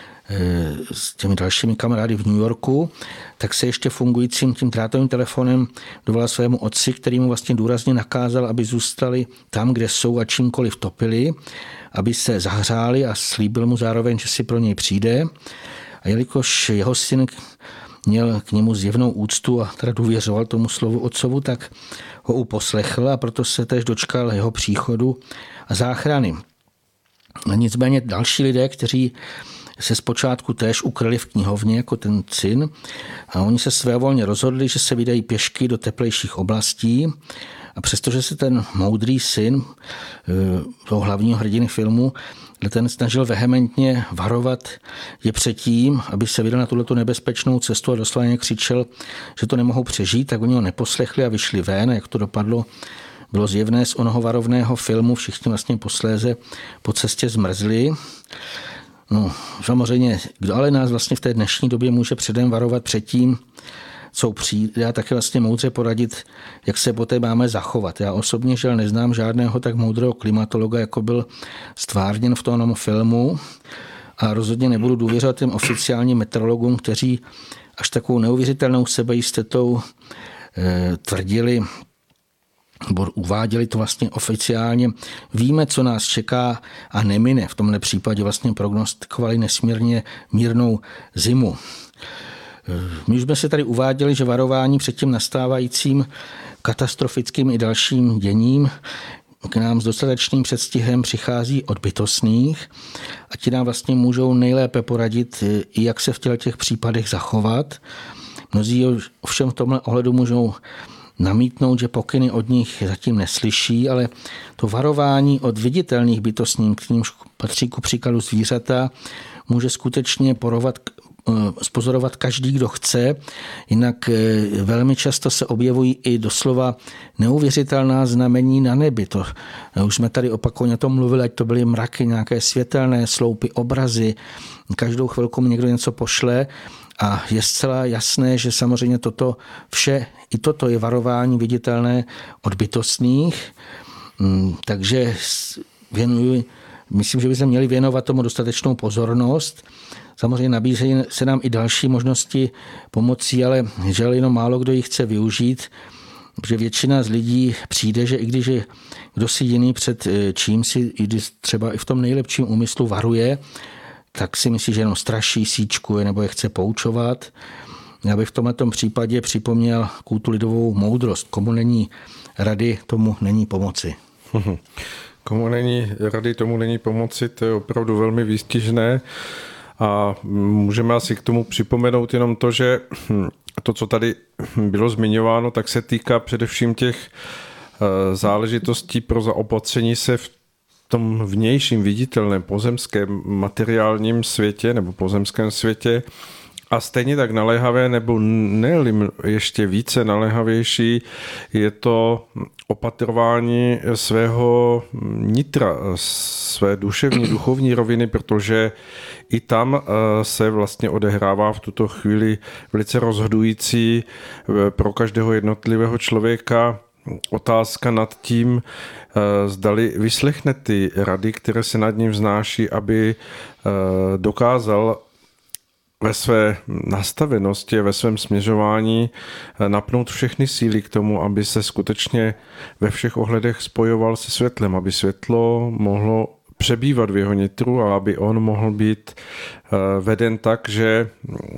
s těmi dalšími kamarády v New Yorku, tak se ještě fungujícím tím drátovým telefonem dovolal svému otci, který mu vlastně důrazně nakázal, aby zůstali tam, kde jsou a čímkoliv topili, aby se zahřáli a slíbil mu zároveň, že si pro něj přijde. A jelikož jeho syn měl k němu zjevnou úctu a teda důvěřoval tomu slovu otcovu, tak ho uposlechl a proto se též dočkal jeho příchodu a záchrany. A nicméně další lidé, kteří se zpočátku též ukryli v knihovně jako ten syn a oni se svévolně rozhodli, že se vydají pěšky do teplejších oblastí a přestože se ten moudrý syn toho hlavního hrdiny filmu ten snažil vehementně varovat je předtím, aby se vydal na tuhletu nebezpečnou cestu a doslova křičel, že to nemohou přežít, tak oni ho neposlechli a vyšli ven. A jak to dopadlo, bylo zjevné z onoho varovného filmu. Všichni vlastně posléze po cestě zmrzli. No, samozřejmě, kdo ale nás vlastně v té dnešní době může předem varovat předtím, co přijde a také vlastně moudře poradit, jak se poté máme zachovat. Já osobně žel neznám žádného tak moudrého klimatologa, jako byl stvárněn v tom filmu a rozhodně nebudu důvěřovat těm oficiálním meteorologům, kteří až takovou neuvěřitelnou sebejistotou tvrdili, nebo uváděli to vlastně oficiálně. Víme, co nás čeká a nemine. V tomhle případě vlastně prognostikovali nesmírně mírnou zimu. My už jsme se tady uváděli, že varování před tím nastávajícím katastrofickým i dalším děním k nám s dostatečným předstihem přichází od bytostných a ti nám vlastně můžou nejlépe poradit, jak se v těch případech zachovat. Mnozí ovšem v tomhle ohledu můžou namítnout, že pokyny od nich zatím neslyší, ale to varování od viditelných bytostných, k nímž patří ku příkladu zvířata, může skutečně spozorovat každý, kdo chce. Jinak velmi často se objevují i doslova neuvěřitelná znamení na nebi. Už jsme tady opakovaně o tom mluvili, ať to byly mraky, nějaké světelné sloupy, obrazy. Každou chvilku mi někdo něco pošle a je zcela jasné, že samozřejmě toto vše, i toto je varování viditelné od bytostných. Takže myslím, že bychom měli věnovat tomu dostatečnou pozornost. Samozřejmě nabízejí se nám i další možnosti pomocí, ale žel jenom málo kdo ji chce využít, protože většina z lidí přijde, že i když je kdo si jiný před čím si, i když třeba i v tom nejlepším úmyslu varuje, tak si myslí, že jenom straší, síčkuje nebo je chce poučovat. Já bych v tomto případě připomněl tu lidovou moudrost. Komu není rady, tomu není pomoci. Komu není rady, tomu není pomoci, to je opravdu velmi výstižné. A můžeme asi k tomu připomenout jenom to, že to, co tady bylo zmiňováno, tak se týká především těch záležitostí pro zaopatření se v tom vnějším viditelném pozemském materiálním světě nebo pozemském světě. A stejně tak naléhavé, nebo ne ještě více naléhavější, je to opatrování svého nitra, své duševní, duchovní roviny, protože i tam se vlastně odehrává v tuto chvíli velice rozhodující pro každého jednotlivého člověka otázka nad tím, zdali vyslechne ty rady, které se nad ním vznáší, aby dokázal ve své nastavenosti, ve svém směřování napnout všechny síly k tomu, aby se skutečně ve všech ohledech spojoval se světlem, aby světlo mohlo přebývat v jeho nitru a aby on mohl být veden tak, že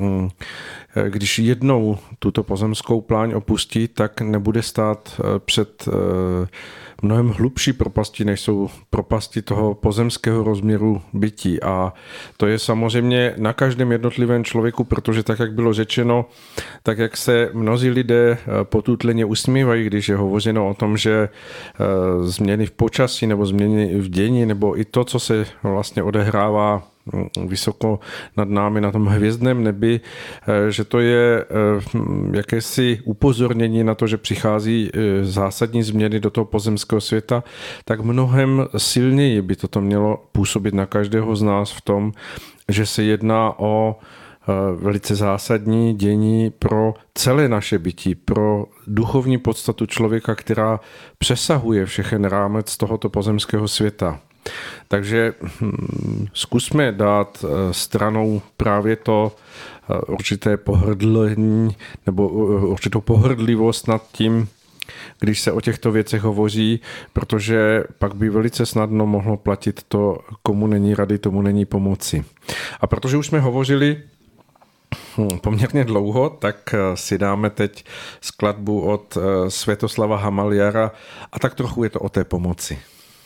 když jednou tuto pozemskou pláň opustí, tak nebude stát před mnohem hlubší propasti, než jsou propasti toho pozemského rozměru bytí. A to je samozřejmě na každém jednotlivém člověku, protože tak, jak bylo řečeno, tak, jak se mnozí lidé potutleně usmívají, když je hovořeno o tom, že změny v počasí nebo změny v dění, nebo i to, co se vlastně odehrává vysoko nad námi na tom hvězdném nebi, že to je jakési upozornění na to, že přichází zásadní změny do toho pozemského světa, tak mnohem silněji by toto mělo působit na každého z nás v tom, že se jedná o velice zásadní dění pro celé naše bytí, pro duchovní podstatu člověka, která přesahuje všechen rámec tohoto pozemského světa. Takže zkusme dát stranou právě to určité pohrdlení nebo určitou pohrdlivost nad tím, když se o těchto věcech hovoří, protože pak by velice snadno mohlo platit to, komu není rady, tomu není pomoci. A protože už jsme hovořili poměrně dlouho, tak si dáme teď skladbu od Světoslava Hamaljara a tak trochu je to o té pomoci.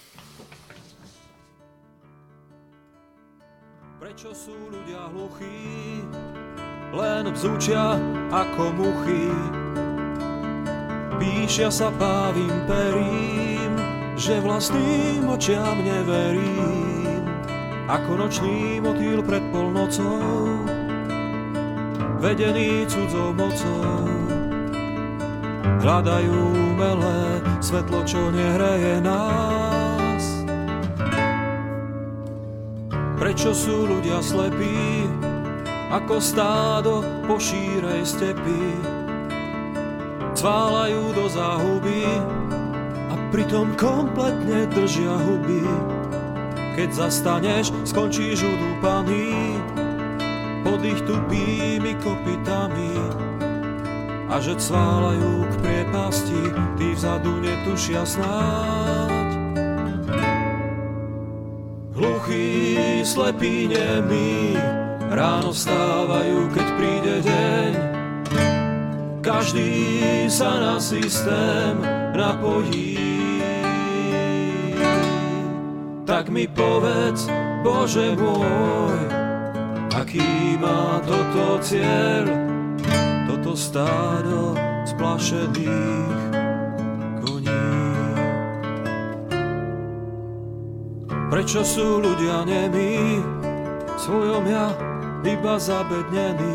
Prečo sú ľudia hluchí, len bzučia ako muchy? Píšia sa pávim perím, že vlastným očiam neverím. Ako nočný motýl pred polnocou, vedený cudzou mocou. Hľadajú umelé svetlo, čo nehreje nás. Prečo sú ľudia slepí, ako stádo po šírej stepy? Cválajú do záhuby a pritom kompletne držia huby. Keď zastaneš, skončíš udúpaný pod ich tupými kopytami. A že cválajú k priepasti, tí vzadu netušia snáď. Hluchí, slepí, nemí, ráno vstávajú, keď príde deň. Každý sa na systém napojí. Tak mi povedz, Bože môj, aký má toto cieľ, toto stádo splašených koní. Prečo sú ľudia nemí, svojom ja iba zabednení?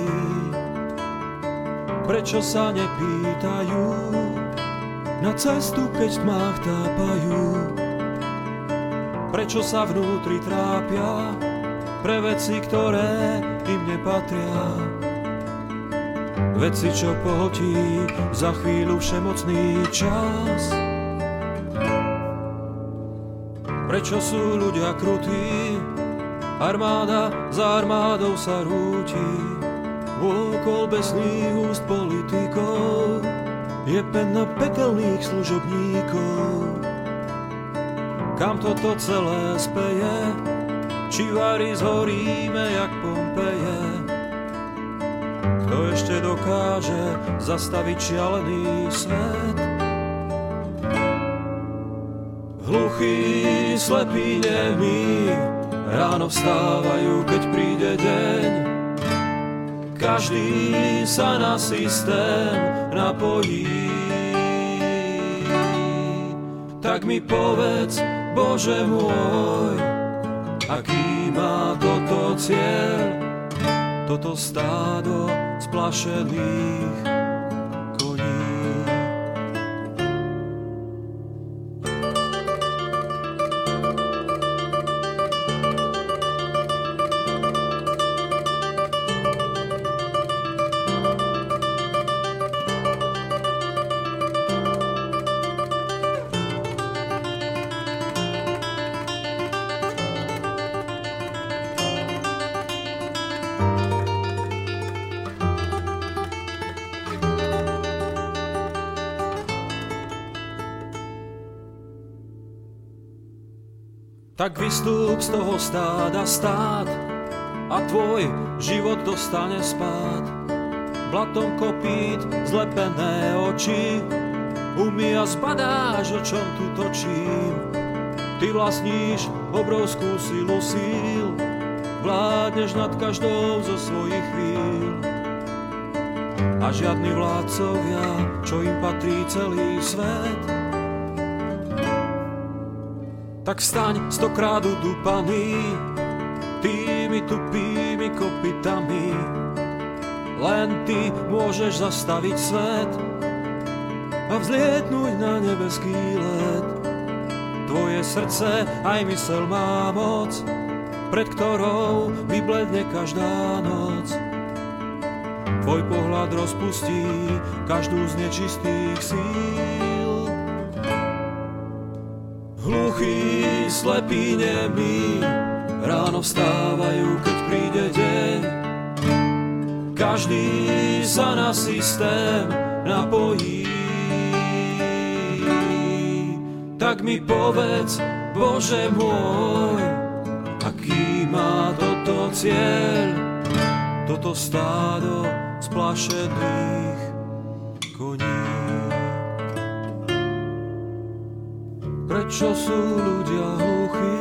Prečo sa nepýtajú na cestu, keď v tmách tápajú? Prečo sa vnútri trápia pre veci, ktoré im nepatria? Veci, čo pohltí za chvíľu všemocný čas. Prečo sú ľudia krutí, Armáda za armádou sa rúti, okol besných úst politikov je penna pekelných služobníkov. Kam toto celé speje? Či vári zhoríme jak Pompeje? Kto ešte dokáže zastaviť šialený svet? Hluchí, slepí, nemí ráno vstávajú, keď príde deň. Každý sa na systém napojí. Tak mi povedz, Bože môj, aký má toto cieľ, toto stádo splašených koní. Tak vystúp z toho stáda stát a tvoj život dostane spád. Blatom kopít zlepené oči, umí a zbadáš, o čom tu točím. Ty vlastníš obrovskú silu síl, vládneš nad každou zo svojich chvíľ. A žiadni vládcovia, čo im patrí celý svet. Tak vstaň stokrát udupaný tými tupými kopytami. Len ty môžeš zastaviť svet a vzlietnúť na nebeský let. Tvoje srdce aj mysel má moc, pred ktorou vybledne každá noc. Tvoj pohľad rozpustí každú z nečistých síl. Hluchí, slepí, nemí ráno vstávajú, keď príde deň. Každý sa na systém napojí. Tak mi povedz, Bože môj, aký má toto cieľ, toto stádo splašených koní. Prečo sú ľudia hluchí?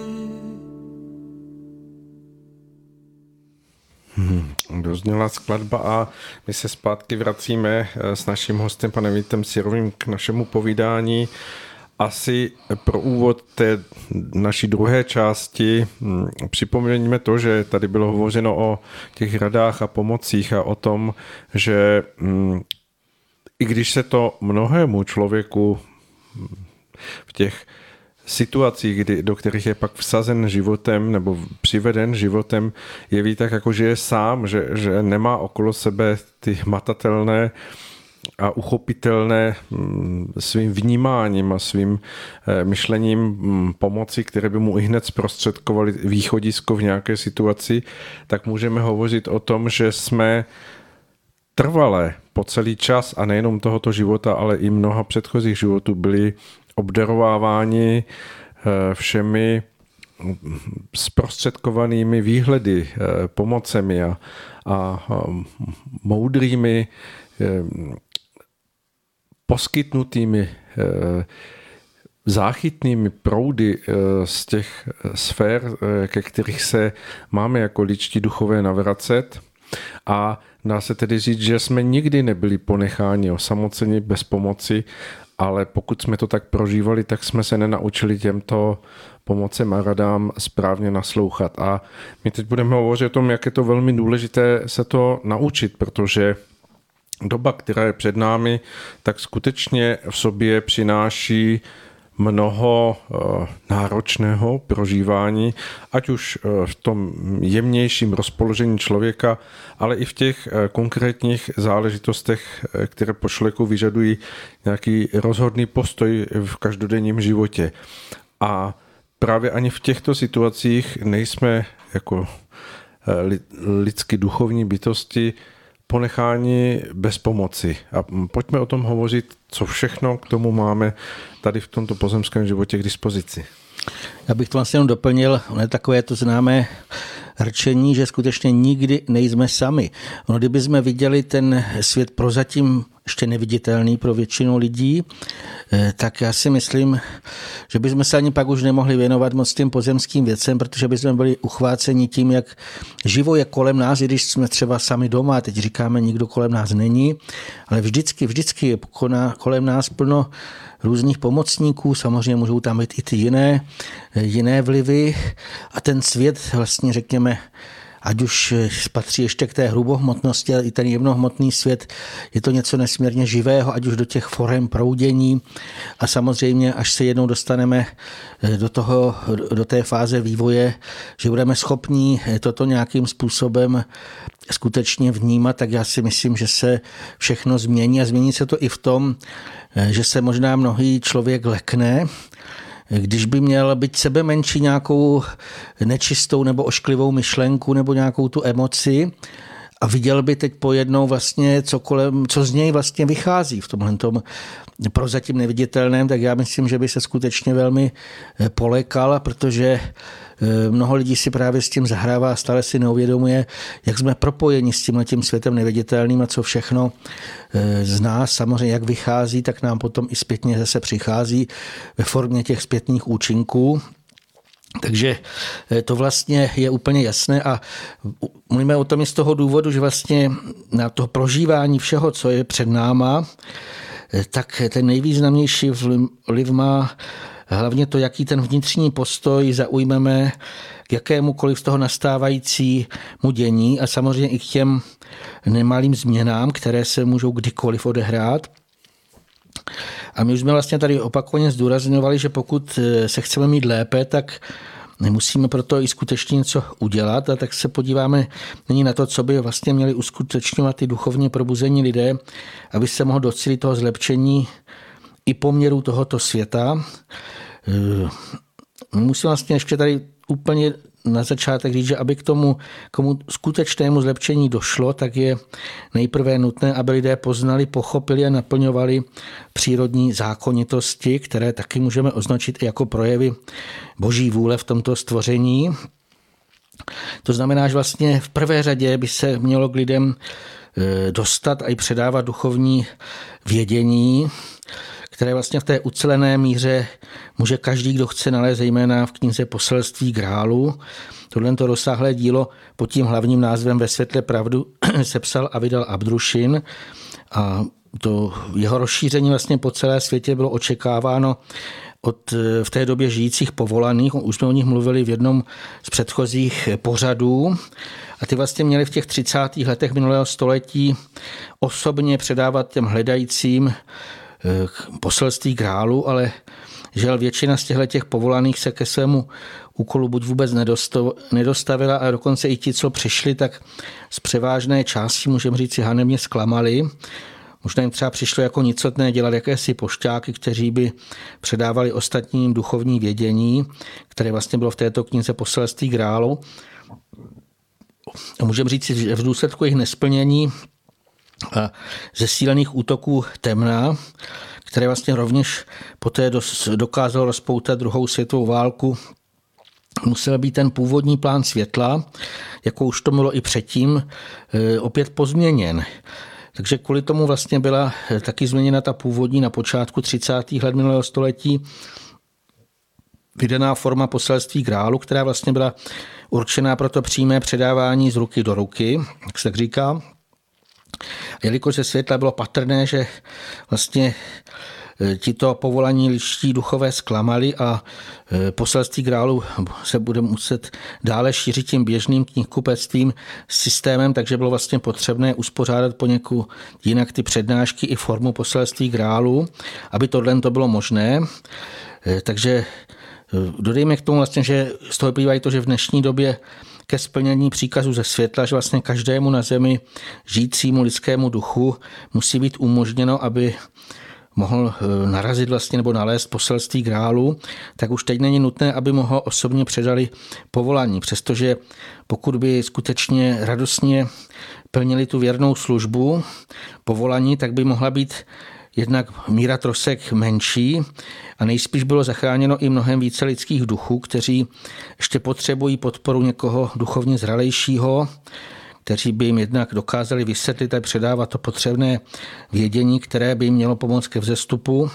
Dozněla skladba a my se zpátky vracíme s naším hostem, panem Vítem Sirovým, k našemu povídání. Asi pro úvod té naší druhé části připomeňme to, že tady bylo hovořeno o těch radách a pomocích a o tom, že i když se to mnohému člověku v těch situacích, do kterých je pak vsazen životem nebo přiveden životem, jeví tak jako, že je sám, že nemá okolo sebe ty hmatatelné a uchopitelné svým vnímáním a svým myšlením pomoci, které by mu ihned zprostředkovaly východisko v nějaké situaci, tak můžeme hovořit o tom, že jsme trvale po celý čas a nejenom tohoto života, ale i mnoha předchozích životů byli obdarováváni všemi zprostředkovanými výhledy, pomocemi a moudrými poskytnutými záchytnými proudy z těch sfér, ke kterých se máme jako lidští duchové navracet. A dá se tedy říct, že jsme nikdy nebyli ponecháni osamoceni bez pomoci, ale pokud jsme to tak prožívali, tak jsme se nenaučili těmto pomocem a radám správně naslouchat. A my teď budeme hovořit o tom, jak je to velmi důležité se to naučit, protože doba, která je před námi, tak skutečně v sobě přináší mnoho náročného prožívání, ať už v tom jemnějším rozpoložení člověka, ale i v těch konkrétních záležitostech, které po člověku vyžadují nějaký rozhodný postoj v každodenním životě. A právě ani v těchto situacích nejsme jako lidsky duchovní bytosti ponecháni bez pomoci. A pojďme o tom hovořit, co všechno k tomu máme tady v tomto pozemském životě k dispozici. Já bych to vlastně jenom doplnil, ono je takové to známé rčení, že skutečně nikdy nejsme sami. Ono, kdyby jsme viděli ten svět prozatím ještě neviditelný pro většinu lidí, tak já si myslím, že bychom se ani pak už nemohli věnovat moc těm pozemským věcem, protože bychom byli uchváceni tím, jak živo je kolem nás, i když jsme třeba sami doma, teď říkáme, nikdo kolem nás není, ale vždycky je kolem nás plno různých pomocníků, samozřejmě můžou tam být i ty jiné vlivy a ten svět vlastně řekněme, ať už patří ještě k té hrubohmotnosti, ale i ten jemnohmotný svět, je to něco nesmírně živého, ať už do těch forem proudění a samozřejmě, až se jednou dostaneme do té fáze vývoje, že budeme schopni toto nějakým způsobem skutečně vnímat, tak já si myslím, že se všechno změní a změní se to i v tom, že se možná mnohý člověk lekne, když by měl být sebe menší nějakou nečistou nebo ošklivou myšlenku nebo nějakou tu emoci a viděl by teď pojednou vlastně co z něj vlastně vychází v tomhletom prozatím neviditelném, tak já myslím, že by se skutečně velmi polekal, protože mnoho lidí si právě s tím zahrává a stále si neuvědomuje, jak jsme propojeni s tímhletím světem neviditelným a co všechno z nás samozřejmě jak vychází, tak nám potom i zpětně zase přichází ve formě těch zpětných účinků. Takže to vlastně je úplně jasné a mluvíme o tom i z toho důvodu, že vlastně na to prožívání všeho, co je před náma, tak ten nejvýznamnější vliv má hlavně to, jaký ten vnitřní postoj zaujmeme k jakémukoliv z toho nastávajícímu dění a samozřejmě i k těm nemalým změnám, které se můžou kdykoliv odehrát. A my už jsme vlastně tady opakovaně zdůrazňovali, že pokud se chceme mít lépe, tak nemusíme proto i skutečně něco udělat a tak se podíváme nyní na to, co by vlastně měli uskutečňovat ty duchovně probuzení lidé, aby se mohlo docílit toho zlepšení i poměru tohoto světa. My musíme vlastně ještě tady úplně na začátek říct, že aby k tomu skutečnému zlepšení došlo, tak je nejprve nutné, aby lidé poznali, pochopili a naplňovali přírodní zákonitosti, které taky můžeme označit i jako projevy Boží vůle v tomto stvoření. To znamená, že vlastně v prvé řadě by se mělo k lidem dostat a i předávat duchovní vědění, které vlastně v té ucelené míře může každý, kdo chce, nalézt, zejména v knize Poselství Grálu. Tohle rozsáhlé dílo pod tím hlavním názvem Ve světle pravdu sepsal a vydal Abdrušin a to jeho rozšíření vlastně po celé světě bylo očekáváno od v té době žijících povolaných. Už jsme o nich mluvili v jednom z předchozích pořadů a ty vlastně měli v těch 30. letech minulého století osobně předávat těm hledajícím poselství Grálu, ale žel většina z těch povolaných se ke svému úkolu buď vůbec nedostavila a dokonce i ti, co přišli, tak z převážné části, můžeme říct, si hanebně zklamali. Možná jim třeba přišlo jako nicotné dělat jakési pošťáky, kteří by předávali ostatním duchovní vědění, které vlastně bylo v této knize Poselství Grálu. A můžeme říct, že v důsledku jejich nesplnění a zesílených útoků temna, které vlastně rovněž poté dokázalo rozpoutat druhou světovou válku, musel být ten původní plán světla, jako už to bylo i předtím, opět pozměněn. Takže kvůli tomu vlastně byla taky změněna ta původní na počátku 30. let minulého století vydaná forma Poselství Grálu, která vlastně byla určená pro to přímé předávání z ruky do ruky, jak se tak říká. Jelikož ze světla bylo patrné, že vlastně tito povolaní ličtí duchové zklamali a Poselství Grálu se bude muset dále šířit tím běžným knihkupectvím systémem, takže bylo vlastně potřebné uspořádat poněkud jinak ty přednášky i formu Poselství Grálu, aby tohle to bylo možné. Takže dodejme k tomu vlastně, že z toho vyplývá i to, že v dnešní době ke splnění příkazu ze světla, že vlastně každému na zemi žijícímu lidskému duchu musí být umožněno, aby mohl narazit vlastně nebo nalézt poselství grálu, tak už teď není nutné, aby mu ho osobně předali povolání. Přestože pokud by skutečně radostně plnili tu věrnou službu povolání, tak by mohla být jednak míra trosek menší a nejspíš bylo zachráněno i mnohem více lidských duchů, kteří ještě potřebují podporu někoho duchovně zralejšího, kteří by jim jednak dokázali vysvětlit a předávat to potřebné vědění, které by jim mělo pomoct ke vzestupu.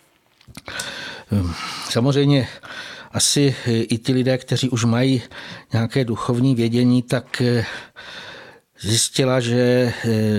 Samozřejmě asi i ti lidé, kteří už mají nějaké duchovní vědění, tak zjistila, že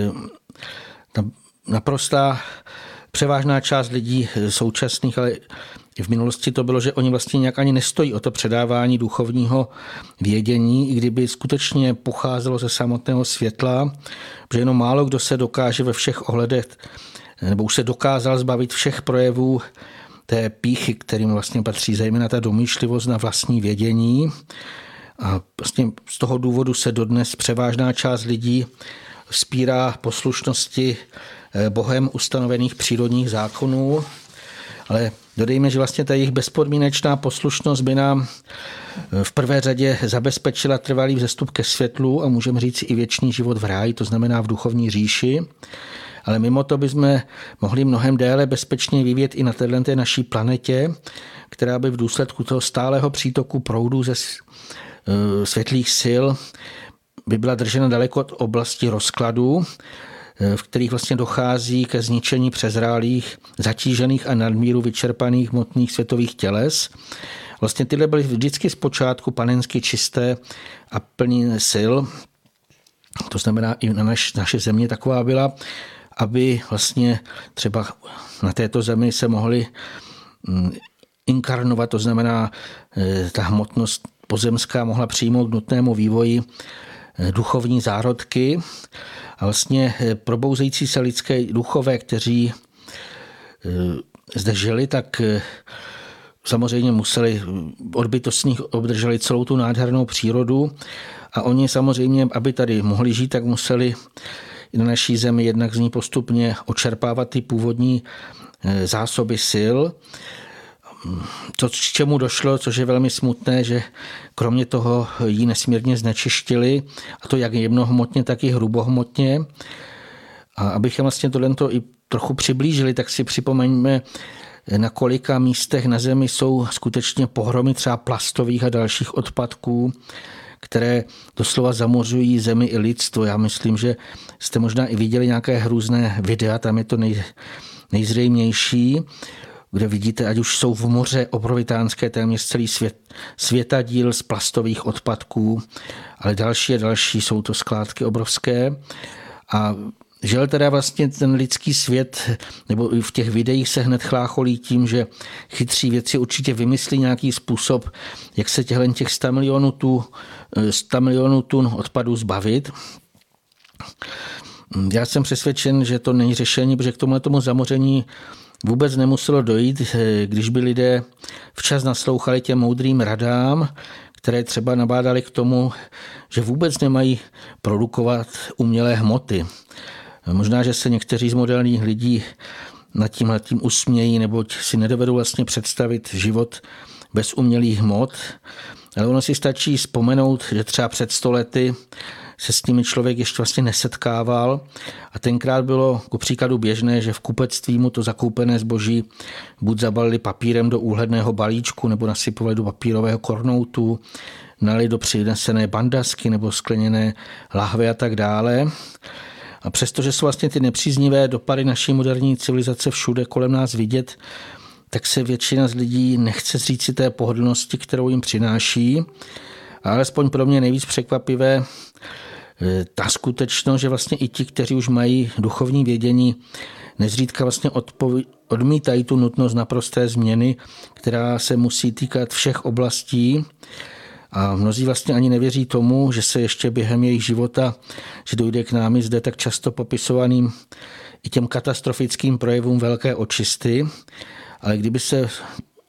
naprostá převážná část lidí současných, ale v minulosti to bylo, že oni vlastně nějak ani nestojí o to předávání duchovního vědění, i kdyby skutečně pocházelo ze samotného světla, že jenom málo kdo se dokáže ve všech ohledech, nebo už se dokázal zbavit všech projevů té pýchy, kterým vlastně patří zejména ta domýšlivost na vlastní vědění. A vlastně z toho důvodu se dodnes převážná část lidí vzpírá poslušnosti Bohem ustanovených přírodních zákonů, ale dodejme, že vlastně ta jejich bezpodmínečná poslušnost by nám v prvé řadě zabezpečila trvalý vzestup ke světlu a můžeme říct i věčný život v ráji, to znamená v duchovní říši. Ale mimo to bychom mohli mnohem déle bezpečně vyvíjet i na této naší planetě, která by v důsledku toho stálého přítoku proudů ze světlých sil by byla držena daleko od oblasti rozkladu, v kterých vlastně dochází ke zničení přezrálých, zatížených a nadmíru vyčerpaných hmotných světových těles. Vlastně tyhle byly vždycky zpočátku panensky čisté a plní sil. To znamená, i naše země taková byla, aby vlastně třeba na této zemi se mohly inkarnovat, to znamená, ta hmotnost pozemská mohla přijmout k nutnému vývoji duchovní zárodky a vlastně probouzející se lidské duchové, kteří zde žili, tak samozřejmě museli od bytostných obdrželi celou tu nádhernou přírodu a oni samozřejmě, aby tady mohli žít, tak museli na naší zemi jednak z ní postupně očerpávat ty původní zásoby sil. To, k čemu došlo, což je velmi smutné, že kromě toho ji nesmírně znečištili, a to jak jemnohmotně, tak i hrubohmotně. A abychom vlastně tohle i trochu přiblížili, tak si připomeňme, na kolika místech na zemi jsou skutečně pohromy třeba plastových a dalších odpadků, které doslova zamořují zemi i lidstvo. Já myslím, že jste možná i viděli nějaké hrůzné videa, tam je to nejzřejmější, kde vidíte, ať už jsou v moře obrovitánské téměř celý světadíl z plastových odpadků, ale další a další jsou to skládky obrovské. A žel teda vlastně ten lidský svět, nebo v těch videích se hned chlácholí tím, že chytří věci určitě vymyslí nějaký způsob, jak se těch 100 milionů tun odpadů zbavit. Já jsem přesvědčen, že to není řešení, protože k tomu zamoření vůbec nemuselo dojít, když by lidé včas naslouchali těm moudrým radám, které třeba nabádaly k tomu, že vůbec nemají produkovat umělé hmoty. Možná, že se někteří z moderních lidí nad tímhletím usmějí, neboť si nedovedou vlastně představit život bez umělých hmot, ale ono si stačí vzpomenout, že třeba před 100 lety se s nimi člověk ještě vlastně nesetkával a tenkrát bylo ku příkladu běžné, že v kupectví mu to zakoupené zboží buď zabalili papírem do úhledného balíčku nebo nasypovali do papírového kornoutu, nali do přinesené bandasky nebo skleněné lahve a tak dále. A přestože jsou vlastně ty nepříznivé dopady naší moderní civilizace všude kolem nás vidět, tak se většina z lidí nechce zříct si té pohodlnosti, kterou jim přináší. A alespoň pro mě nejvíc překvapivé ta skutečnost, že vlastně i ti, kteří už mají duchovní vědění, nezřídka vlastně odmítají tu nutnost naprosté změny, která se musí týkat všech oblastí. A mnozí vlastně ani nevěří tomu, že se ještě během jejich života, že dojde k námi zde tak často popisovaným i těm katastrofickým projevům velké očisty. Ale kdyby se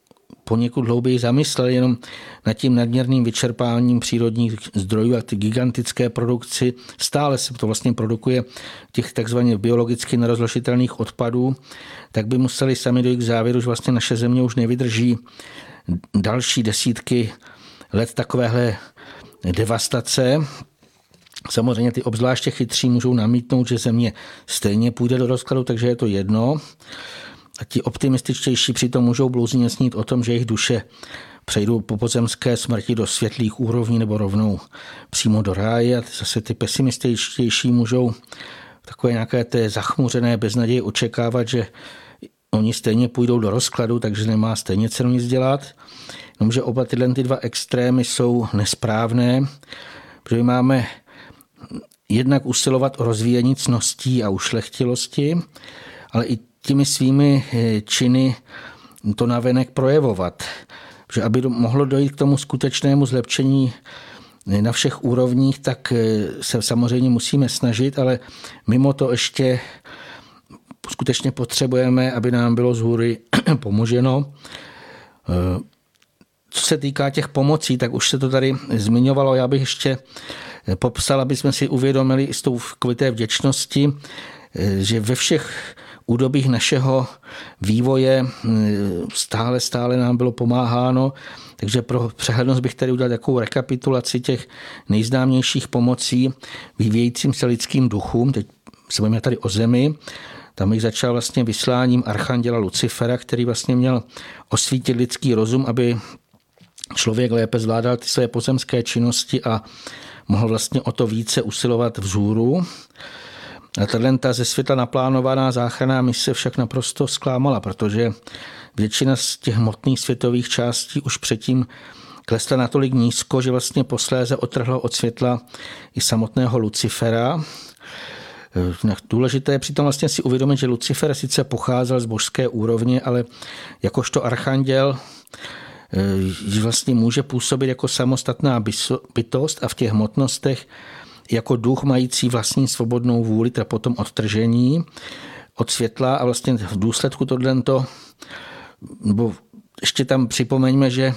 poněkud hlouběji zamysleli jenom nad tím nadměrným vyčerpáním přírodních zdrojů a ty gigantické produkci. Stále se to vlastně produkuje těch takzvaně biologicky nerozložitelných odpadů, tak by museli sami dojít k závěru, že vlastně naše země už nevydrží další desítky let takovéhle devastace. Samozřejmě ty obzvláště chytří můžou namítnout, že země stejně půjde do rozkladu, takže je to jedno. A ti optimističtější přitom můžou blouzně snít o tom, že jejich duše přejdou po pozemské smrti do světlých úrovní nebo rovnou přímo do ráje. A zase ty pesimističtější můžou v takové nějaké té zachmuřené beznaději očekávat, že oni stejně půjdou do rozkladu, takže nemá stejně cenu nic dělat. Jenomže oba ty dva extrémy jsou nesprávné, protože máme jednak usilovat o rozvíjení cností a ušlechtilosti, ale i těmi svými činy to navenek projevovat. Že aby mohlo dojít k tomu skutečnému zlepšení na všech úrovních, tak se samozřejmě musíme snažit, ale mimo to ještě skutečně potřebujeme, aby nám bylo zhůry pomoženo. Co se týká těch pomocí, tak už se to tady zmiňovalo. Já bych ještě popsal, aby jsme si uvědomili i s tou kvité vděčnosti, že ve všech údobích našeho vývoje stále nám bylo pomáháno. Takže pro přehlednost bych tady udělal takovou rekapitulaci těch nejznámějších pomocí vyvíjejícím se lidským duchům. Teď se bavíme tady o zemi. Tam bych začal vlastně vysláním archanděla Lucifera, který vlastně měl osvítit lidský rozum, aby člověk lépe zvládal ty své pozemské činnosti a mohl vlastně o to více usilovat vzhůru. A tato ze světla naplánovaná záchranná mise však naprosto zklamala, protože většina z těch hmotných světových částí už předtím klesla natolik nízko, že vlastně posléze odtrhlo od světla i samotného Lucifera. Důležité je přitom vlastně si uvědomit, že Lucifer sice pocházel z božské úrovně, ale jakožto archanděl vlastně může působit jako samostatná bytost a v těch hmotnostech jako duch mající vlastní svobodnou vůli, teda potom odtržení od světla a vlastně v důsledku tohleto, nebo ještě tam připomeňme, že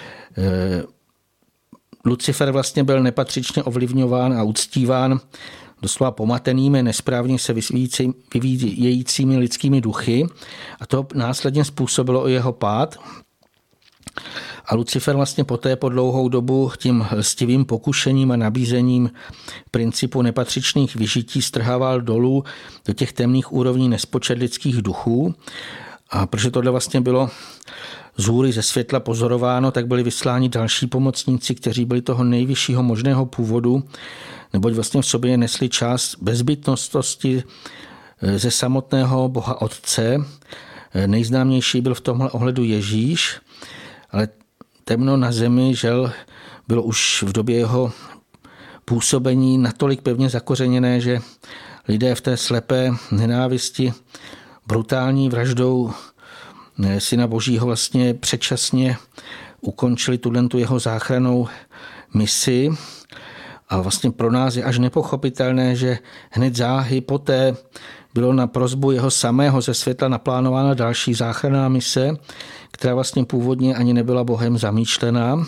Lucifer vlastně byl nepatřičně ovlivňován a uctíván doslova pomatenými, nesprávně se vyvíjejícími lidskými duchy a to následně způsobilo i jeho pád. A Lucifer vlastně poté po dlouhou dobu tím lstivým pokušením a nabízením principu nepatřičných vyžití strhával dolů do těch temných úrovní nespočet lidských duchů. A protože tohle vlastně bylo z hůry ze světla pozorováno, tak byli vysláni další pomocníci, kteří byli toho nejvyššího možného původu, neboť vlastně v sobě nesli část bezbytnosti ze samotného Boha Otce. Nejznámější byl v tomhle ohledu Ježíš, ale temno na zemi, žel, bylo už v době jeho působení natolik pevně zakořeněné, že lidé v té slepé nenávisti brutální vraždou Syna Božího vlastně předčasně ukončili tu jeho záchrannou misi. A vlastně pro nás je až nepochopitelné, že hned záhy poté bylo na prosbu jeho samého ze světla naplánována další záchranná mise, která vlastně původně ani nebyla Bohem zamýšlená.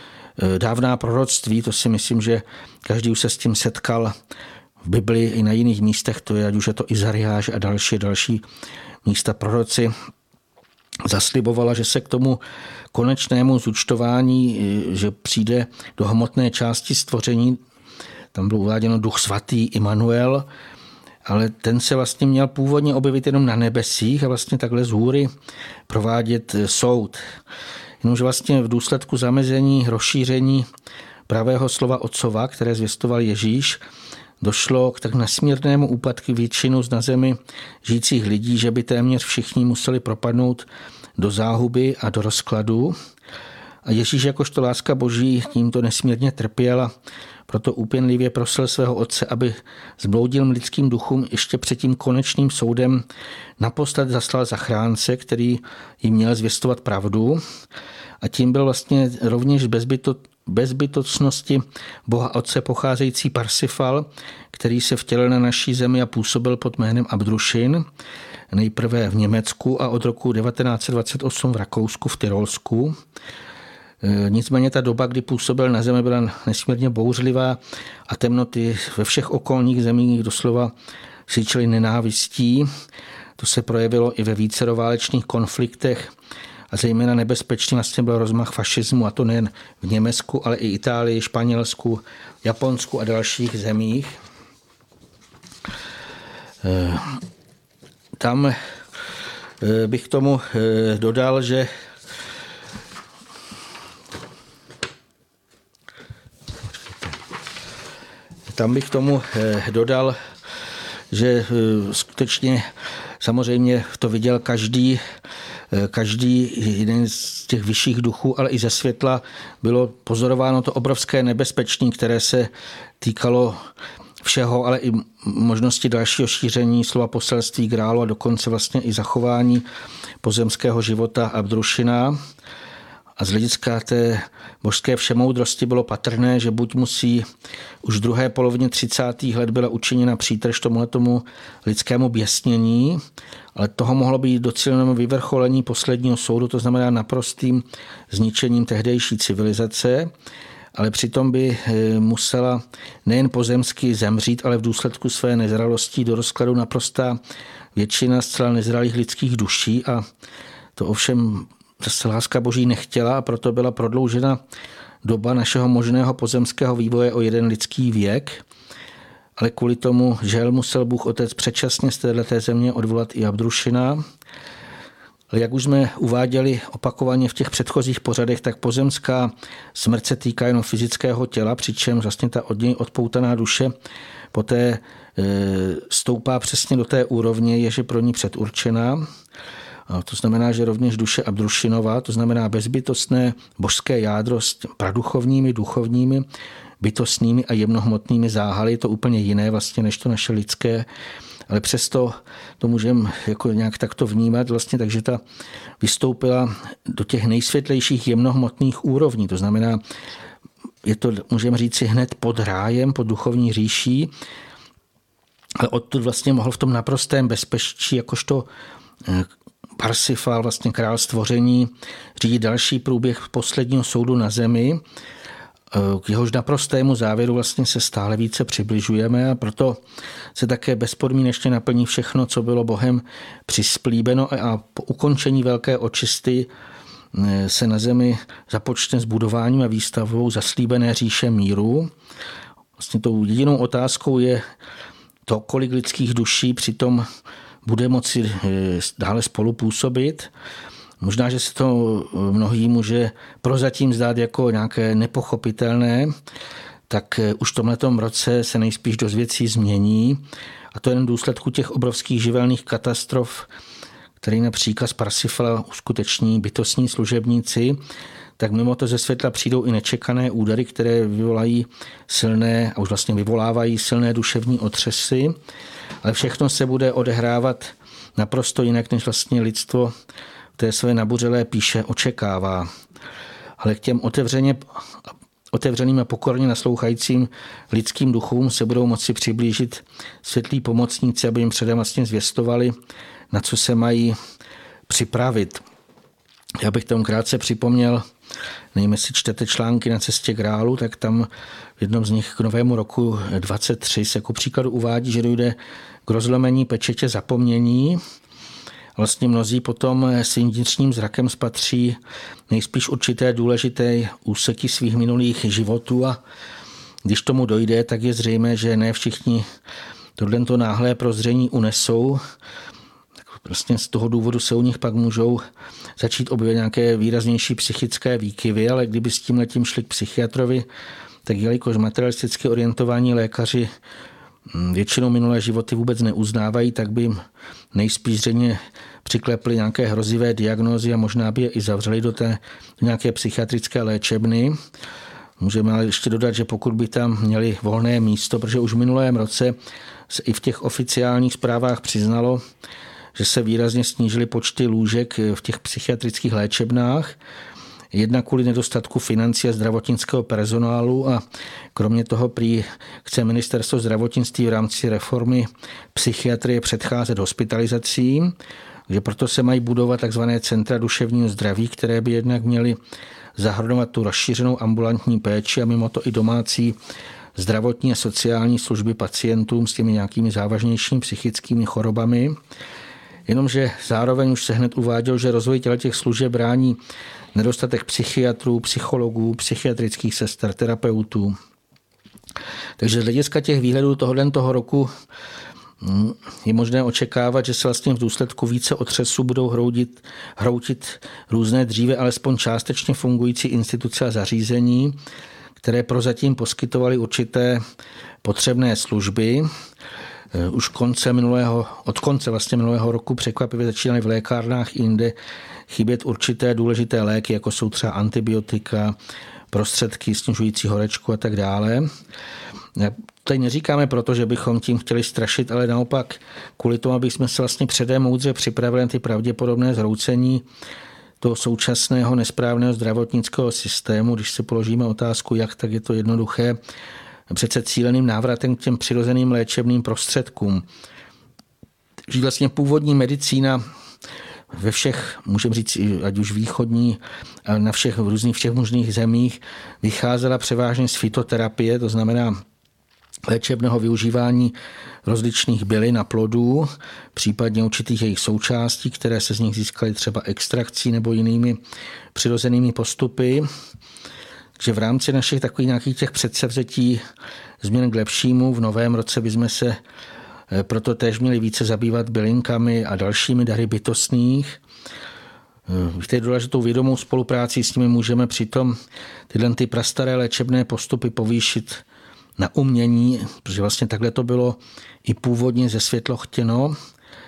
Dávná proroctví, to si myslím, že každý už se s tím setkal v Biblii i na jiných místech, to je, ať už je to Izariáš a další místa proroci, zaslibovala, že se k tomu konečnému zúčtování, že přijde do hmotné části stvoření, tam bylo uváděno Duch svatý Immanuel, ale ten se vlastně měl původně objevit jenom na nebesích a vlastně takhle z hůry provádět soud. Jenomže vlastně v důsledku zamezení, rozšíření pravého slova Otcova, které zvěstoval Ježíš, došlo k tak nesmírnému úpadku většinu z na zemi žijících lidí, že by téměř všichni museli propadnout do záhuby a do rozkladu. A Ježíš jakožto láska Boží tímto nesmírně trpěl a proto úpěnlivě prosil svého Otce, aby zbloudil lidským duchům ještě před tím konečným soudem naposled zaslal zachránce, který jim měl zvěstovat pravdu. A tím byl vlastně rovněž bezbytečnosti Boha Otce pocházející Parsifal, který se vtělil na naší zemi a působil pod jménem Abdrušin. nejprve v Německu a od roku 1928 v Rakousku, v Tyrolsku. Nicméně ta doba, kdy působil na zemi, byla nesmírně bouřlivá a temnoty ve všech okolních zemích doslova syčily nenávistí. To se projevilo i ve vícero válečných konfliktech a zejména nebezpečný vlastně byl rozmach fašismu, a to nejen v Německu, ale i Itálii, Španělsku, Japonsku a dalších zemích. Tam bych tomu dodal, že skutečně samozřejmě to viděl každý jeden z těch vyšších duchů, ale i ze světla bylo pozorováno to obrovské nebezpečí, které se týkalo všeho, ale i možnosti dalšího šíření slova poselství grálu a dokonce vlastně i zachování pozemského života Abdrušina. A z hlediska té božské všemoudrosti bylo patrné, že buď musí už v druhé polovině 30. let byla učiněna přítrž tomuhletomu lidskému běsnění, ale toho mohlo být docíleno vyvrcholení posledního soudu, to znamená naprostým zničením tehdejší civilizace, ale přitom by musela nejen pozemsky zemřít, ale v důsledku své nezralosti do rozkladu naprostá většina zcela nezralých lidských duší, a to ovšem zase láska Boží nechtěla, a proto byla prodloužena doba našeho možného pozemského vývoje o jeden lidský věk, ale kvůli tomu žel musel Bůh Otec předčasně z této země odvolat i Abdrušina. Ale jak už jsme uváděli opakovaně v těch předchozích pořadech, tak pozemská smrt se týká jenom fyzického těla, přičemž vlastně ta od něj odpoutaná duše poté stoupá přesně do té úrovně, jež je pro ní předurčená. A to znamená, že rovněž duše Abdrušinova, to znamená bezbytostné božské jádro s praduchovními, duchovními, bytostnými a jemnohmotnými záhaly, je to úplně jiné vlastně než to naše lidské, ale přesto to můžeme jako nějak takto vnímat vlastně, takže ta vystoupila do těch nejsvětlejších jemnohmotných úrovní, to znamená, je to, můžeme říct si, hned pod rájem, pod duchovní říší, ale odtud vlastně mohl v tom naprostém bezpečí, jakožto Parsifal, vlastně král stvoření, řídí další průběh posledního soudu na zemi. K jehož naprostému závěru vlastně se stále více přibližujeme, a proto se také bezpodmínečně naplní všechno, co bylo Bohem přislíbeno, a po ukončení velké očisty se na zemi započne s budováním a výstavbou zaslíbené říše míru. Vlastně tou jedinou otázkou je to, kolik lidských duší přitom bude moci dále spolupůsobit. Možná, že se to mnohým může prozatím zdát jako nějaké nepochopitelné, tak už v tomhletom roce se nejspíš dost věcí změní, a to jen v důsledku těch obrovských živelných katastrof, které na příkaz Parsifala uskuteční bytostní služebníci, tak mimo to ze světla přijdou i nečekané údery, které vyvolají silné a už vlastně vyvolávají silné duševní otřesy, ale všechno se bude odehrávat naprosto jinak, než vlastně lidstvo v té své nabuřelé píše očekává. Ale k těm otevřeným a pokorně naslouchajícím lidským duchům se budou moci přiblížit světlí pomocníci, aby jim předem vlastně zvěstovali, na co se mají připravit. Já bych tomu krátce připomněl, nevím, jestli čtete články Na cestě grálu, tak tam v jednom z nich k novému roku 23 se jako příkladu uvádí, že dojde k rozlomení pečetě zapomnění. Vlastně mnozí potom svým vnitřním zrakem spatří nejspíš určité důležité úseky svých minulých životů, a když tomu dojde, tak je zřejmé, že ne všichni tohleto náhlé prozření unesou. Vlastně z toho důvodu se u nich pak můžou začít objevit nějaké výraznější psychické výkyvy, ale kdyby s tímhletím šli k psychiatrovi, tak jelikož materialisticky orientovaní lékaři většinou minulé životy vůbec neuznávají, tak by jim nejspíš zřejmě přiklepli nějaké hrozivé diagnózy a možná by je i zavřeli do nějaké psychiatrické léčebny. Můžeme ale ještě dodat, že pokud by tam měli volné místo, protože už v minulém roce se i v těch oficiálních zprávách přiznalo, že se výrazně snížily počty lůžek v těch psychiatrických léčebnách. Jednak kvůli nedostatku financí a zdravotnického personálu a kromě toho prý chce ministerstvo zdravotnictví v rámci reformy psychiatrie předcházet hospitalizacím, že proto se mají budovat takzvané centra duševního zdraví, které by jednak měly zahrnovat tu rozšířenou ambulantní péči a mimo to i domácí zdravotní a sociální služby pacientům s těmi nějakými závažnějšími psychickými chorobami. Jenomže zároveň už se hned uváděl, že rozvoj těch služeb brání nedostatek psychiatrů, psychologů, psychiatrických sester, terapeutů. Takže z hlediska těch výhledů toho roku je možné očekávat, že se vlastně v důsledku více otřesů budou hroutit různé dříve alespoň částečně fungující instituce a zařízení, které prozatím poskytovaly určité potřebné služby. Už od konce minulého roku překvapivě začínaly v lékárnách i jinde chybět určité důležité léky, jako jsou třeba antibiotika, prostředky snižující horečku a tak dále. Tady neříkáme proto, že bychom tím chtěli strašit, ale naopak kvůli tomu, aby jsme se vlastně předem moudře připravili na ty pravděpodobné zhroucení toho současného nesprávného zdravotnického systému. Když si položíme otázku, jak, tak je to jednoduché. Přece cíleným návratem k těm přirozeným léčebným prostředkům. Že vlastně původní medicína ve všech, můžeme říct, ať už východní, na všech možných zemích, vycházela převážně z fytoterapie, to znamená léčebného využívání rozličných bylin a plodů, případně určitých jejich součástí, které se z nich získaly třeba extrakcí nebo jinými přirozenými postupy. Takže v rámci našich takových nějakých těch předsevzetí změn k lepšímu v novém roce bychom se proto též měli více zabývat bylinkami a dalšími dary bytostných. V té důležitou vědomou spolupráci s nimi můžeme přitom tyhle ty prastaré léčebné postupy povýšit na umění, protože vlastně takhle to bylo i původně ze světlo chtěno.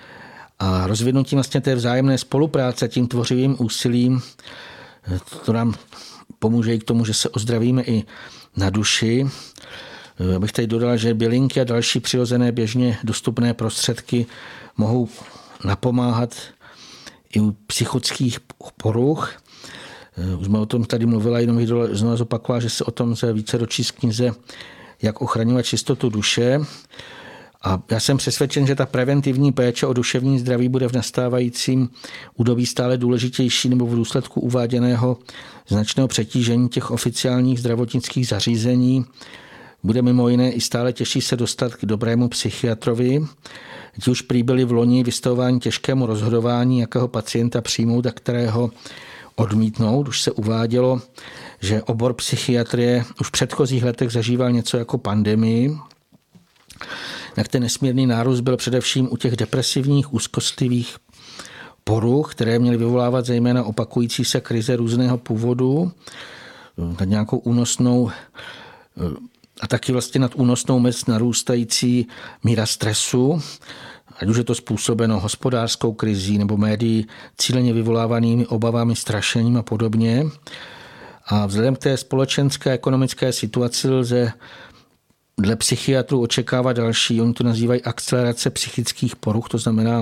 A rozvinutím vlastně té vzájemné spolupráce tím tvořivým úsilím to nám pomůže i k tomu, že se ozdravíme i na duši. Abych tady dodal, že bylinky a další přirozené běžně dostupné prostředky mohou napomáhat i u psychických poruch. Už jsme o tom tady mluvila, jenom bych znovu zopakovala, že se o tom se více dočíst v knize Jak ochraňovat čistotu duše. A já jsem přesvědčen, že ta preventivní péče o duševní zdraví bude v nastávajícím údobí stále důležitější nebo v důsledku uváděného značného přetížení těch oficiálních zdravotnických zařízení. Bude mimo jiné i stále těžší se dostat k dobrému psychiatrovi. Ti už prý byli v loni vystavování těžkému rozhodování, jakého pacienta přijmout a kterého odmítnout. Už se uvádělo, že obor psychiatrie už v předchozích letech zažíval něco jako pandemii. Jak ten nesmírný nárůst byl především u těch depresivních, úzkostlivých poruch, které měly vyvolávat zejména opakující se krize různého původu, nad nějakou únosnou a taky vlastně nad únosnou mez narůstající míra stresu, ať už je to způsobeno hospodářskou krizí nebo médií cíleně vyvolávanými obavami, strašením a podobně. A vzhledem k té společenské a ekonomické situaci lze dle psychiatrů očekávat další, oni to nazývají akcelerace psychických poruch, to znamená,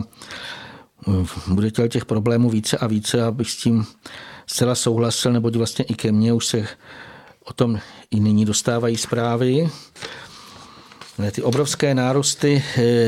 bude těch problémů více a více, abych s tím zcela souhlasil, neboť vlastně i ke mně už se o tom i nyní dostávají zprávy. Ty obrovské nárůsty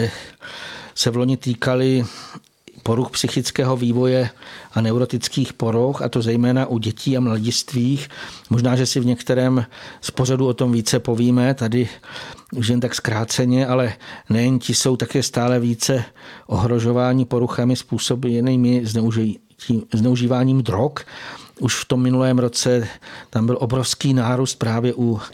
se v loni týkaly poruch psychického vývoje a neurotických poruch, a to zejména u dětí a mladistvých. Možná, že si v některém z pořadu o tom více povíme, tady už jen tak zkráceně, ale nejen ti jsou také stále více ohrožováni poruchami způsobenými zneužíváním drog. Už v tom minulém roce tam byl obrovský nárůst právě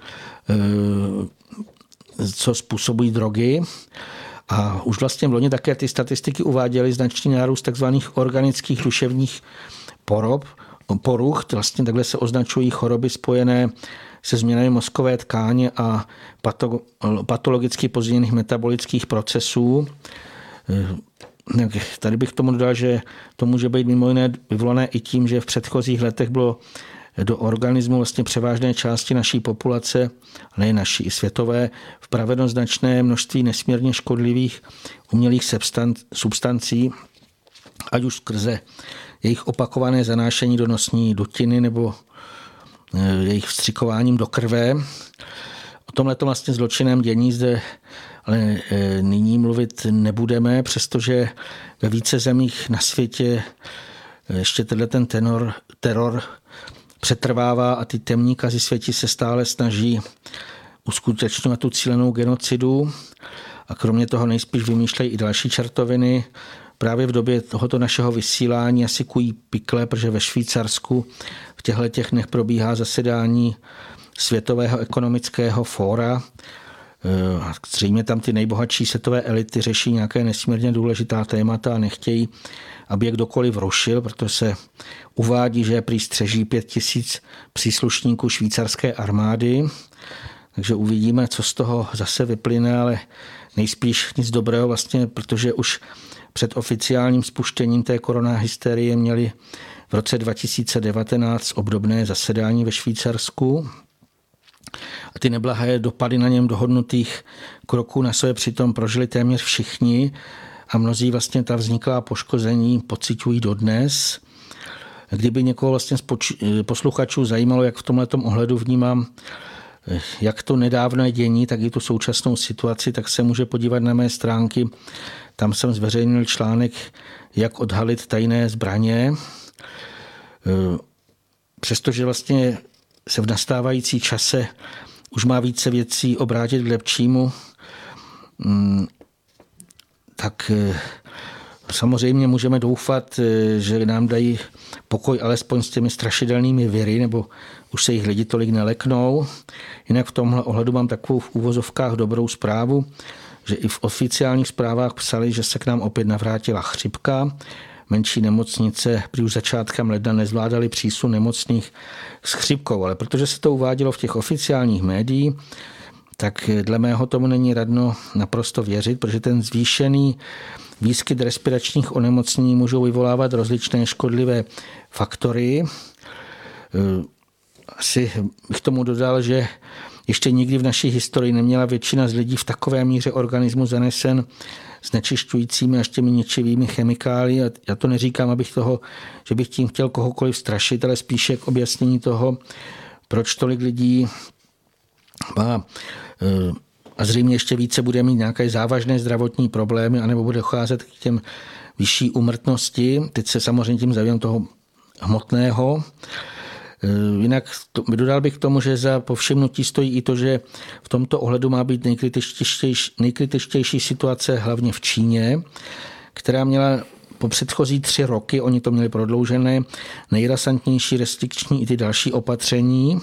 co způsobují drogy. A už vlastně v loni také ty statistiky uváděly značný nárůst takzvaných organických duševních poruch. Vlastně takhle se označují choroby spojené se změnami mozkové tkáně a patologicky pozdějených metabolických procesů. Tady bych tomu dodal, že to může být mimo jiné vyvolané i tím, že v předchozích letech bylo do organismu vlastně převážné části naší populace, ne naší, i světové, vpraveno značné množství nesmírně škodlivých umělých substancí, ať už skrze jejich opakované zanášení do nosní dutiny nebo jejich vstřikováním do krve. O tomhletom vlastně zločinném dění zde ale nyní mluvit nebudeme, přestože ve více zemích na světě ještě ten teror přetrvává a ty temní kazy světi se stále snaží uskutečňovat tu cílenou genocidu a kromě toho nejspíš vymýšlejí i další čertoviny. Právě v době tohoto našeho vysílání asi kují pikle, protože ve Švýcarsku v těchto dnech probíhá zasedání Světového ekonomického fóra. Zřejmě tam ty nejbohatší světové elity řeší nějaké nesmírně důležitá témata a nechtějí, aby je kdokoliv rušil, protože se uvádí, že prý střeží 5 000 příslušníků švýcarské armády. Takže uvidíme, co z toho zase vyplyne, ale nejspíš nic dobrého vlastně, protože už před oficiálním spuštěním té koronahysterie měli v roce 2019 obdobné zasedání ve Švýcarsku. A ty neblahé dopady na něm dohodnutých kroků na sobě přitom prožili téměř všichni a mnozí vlastně ta vzniklá poškození pociťují dodnes. Kdyby někoho vlastně z posluchačů zajímalo, jak v tomhletom ohledu vnímám jak to nedávné dění, tak i tu současnou situaci, tak se může podívat na mé stránky. Tam jsem zveřejnil článek, jak odhalit tajné zbraně. Přestože vlastně se v nastávající čase už má více věcí obrátit k lepšímu, tak samozřejmě můžeme doufat, že nám dají pokoj alespoň s těmi strašidelnými viry, nebo už se jich lidi tolik neleknou. Jinak v tomhle ohledu mám takovou v úvozovkách dobrou zprávu, že i v oficiálních zprávách psali, že se k nám opět navrátila chřipka. Menší nemocnice prý už začátkem ledna nezvládali přísun nemocných s chřipkou, ale protože se to uvádělo v těch oficiálních médiích, tak dle mého tomu není radno naprosto věřit, protože ten zvýšený výskyt respiračních onemocnění můžou vyvolávat rozličné škodlivé faktory. Asi bych tomu dodal, že ještě nikdy v naší historii neměla většina z lidí v takové míře organismu zanesen znečišťujícími až těmi ničivými chemikály. Já to neříkám, že bych tím chtěl kohokoliv strašit, ale spíše k objasnění toho, proč tolik lidí má a zřejmě ještě více bude mít nějaké závažné zdravotní problémy, anebo bude docházet k těm vyšší úmrtnosti. Teď se samozřejmě tím zabývám toho hmotného. Jinak dodal bych k tomu, že za povšimnutí stojí i to, že v tomto ohledu má být nejkritičtější situace hlavně v Číně, která měla po předchozí 3 roky, oni to měli prodloužené, nejrazantnější restrikční i ty další opatření.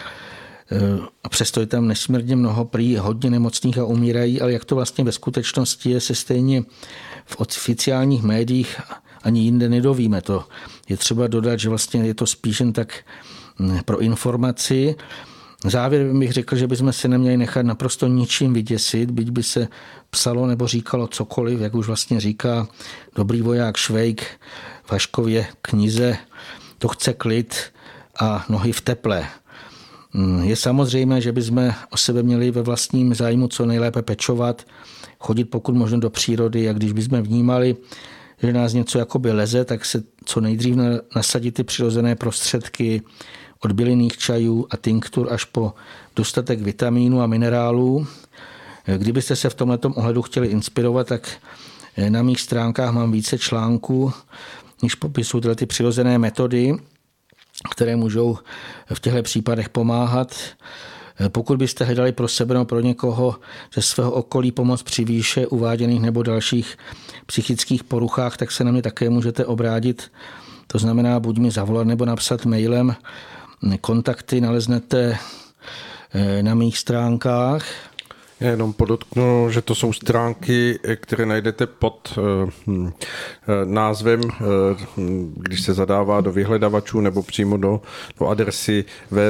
A přesto je tam nesmírně mnoho prý hodně nemocných a umírají, ale jak to vlastně ve skutečnosti je, se stejně v oficiálních médiích ani jinde nedovíme. To je třeba dodat, že vlastně je to spíš jen tak pro informaci. Závěr bych řekl, že bychom se neměli nechat naprosto ničím vyděsit, byť by se psalo nebo říkalo cokoliv, jak už vlastně říká dobrý voják Švejk v Haškově knize, to chce klid a nohy v teple. Je samozřejmé, že bychom o sebe měli ve vlastním zájmu co nejlépe pečovat, chodit pokud možno do přírody, a když bychom vnímali, že nás něco jakoby leze, tak se co nejdřív nasadit ty přirozené prostředky od bylinných čajů a tinktur až po dostatek vitamínů a minerálů. Kdybyste se v tomhletom ohledu chtěli inspirovat, tak na mých stránkách mám více článků, než popisují tyhle ty přirozené metody, které můžou v těchto případech pomáhat. Pokud byste hledali pro sebe nebo pro někoho ze svého okolí pomoc při výše uváděných nebo dalších psychických poruchách, tak se na mě také můžete obrátit. To znamená buď mi zavolat nebo napsat mailem. Kontakty naleznete na mých stránkách. Já jenom podotknu, že to jsou stránky, které najdete pod názvem, když se zadává do vyhledavačů nebo přímo do adresy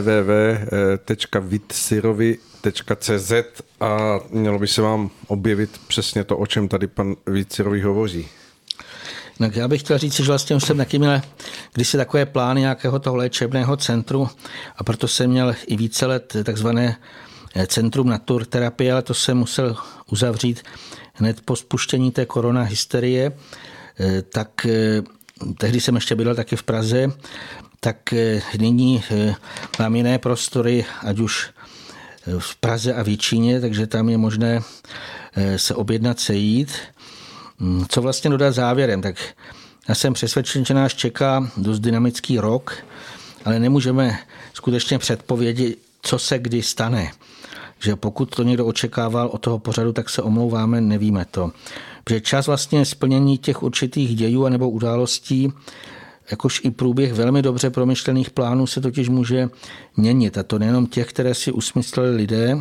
www.vitsyrovi.cz a mělo by se vám objevit přesně to, o čem tady pan Vitsyrovi hovoří. Tak já bych chtěl říct, že vlastně už jsem taky měl kdysi takové plány nějakého toho léčebného centru a proto jsem měl i více let takzvané centrum naturterapie, ale to jsem musel uzavřít hned po spuštění té koronahysterie, tak tehdy jsem ještě bydlel taky v Praze, tak nyní mám jiné prostory, ať už v Praze a v Jičíně, takže tam je možné se objednat, sejít. Co vlastně dodat závěrem? Tak já jsem přesvědčen, že nás čeká dost dynamický rok, ale nemůžeme skutečně předpovědět, co se kdy stane. Že pokud to někdo očekával od toho pořadu, tak se omlouváme, nevíme to. Protože čas vlastně splnění těch určitých dějů anebo událostí, jakož i průběh velmi dobře promyšlených plánů se totiž může měnit. A to nejenom těch, které si usmysleli lidé,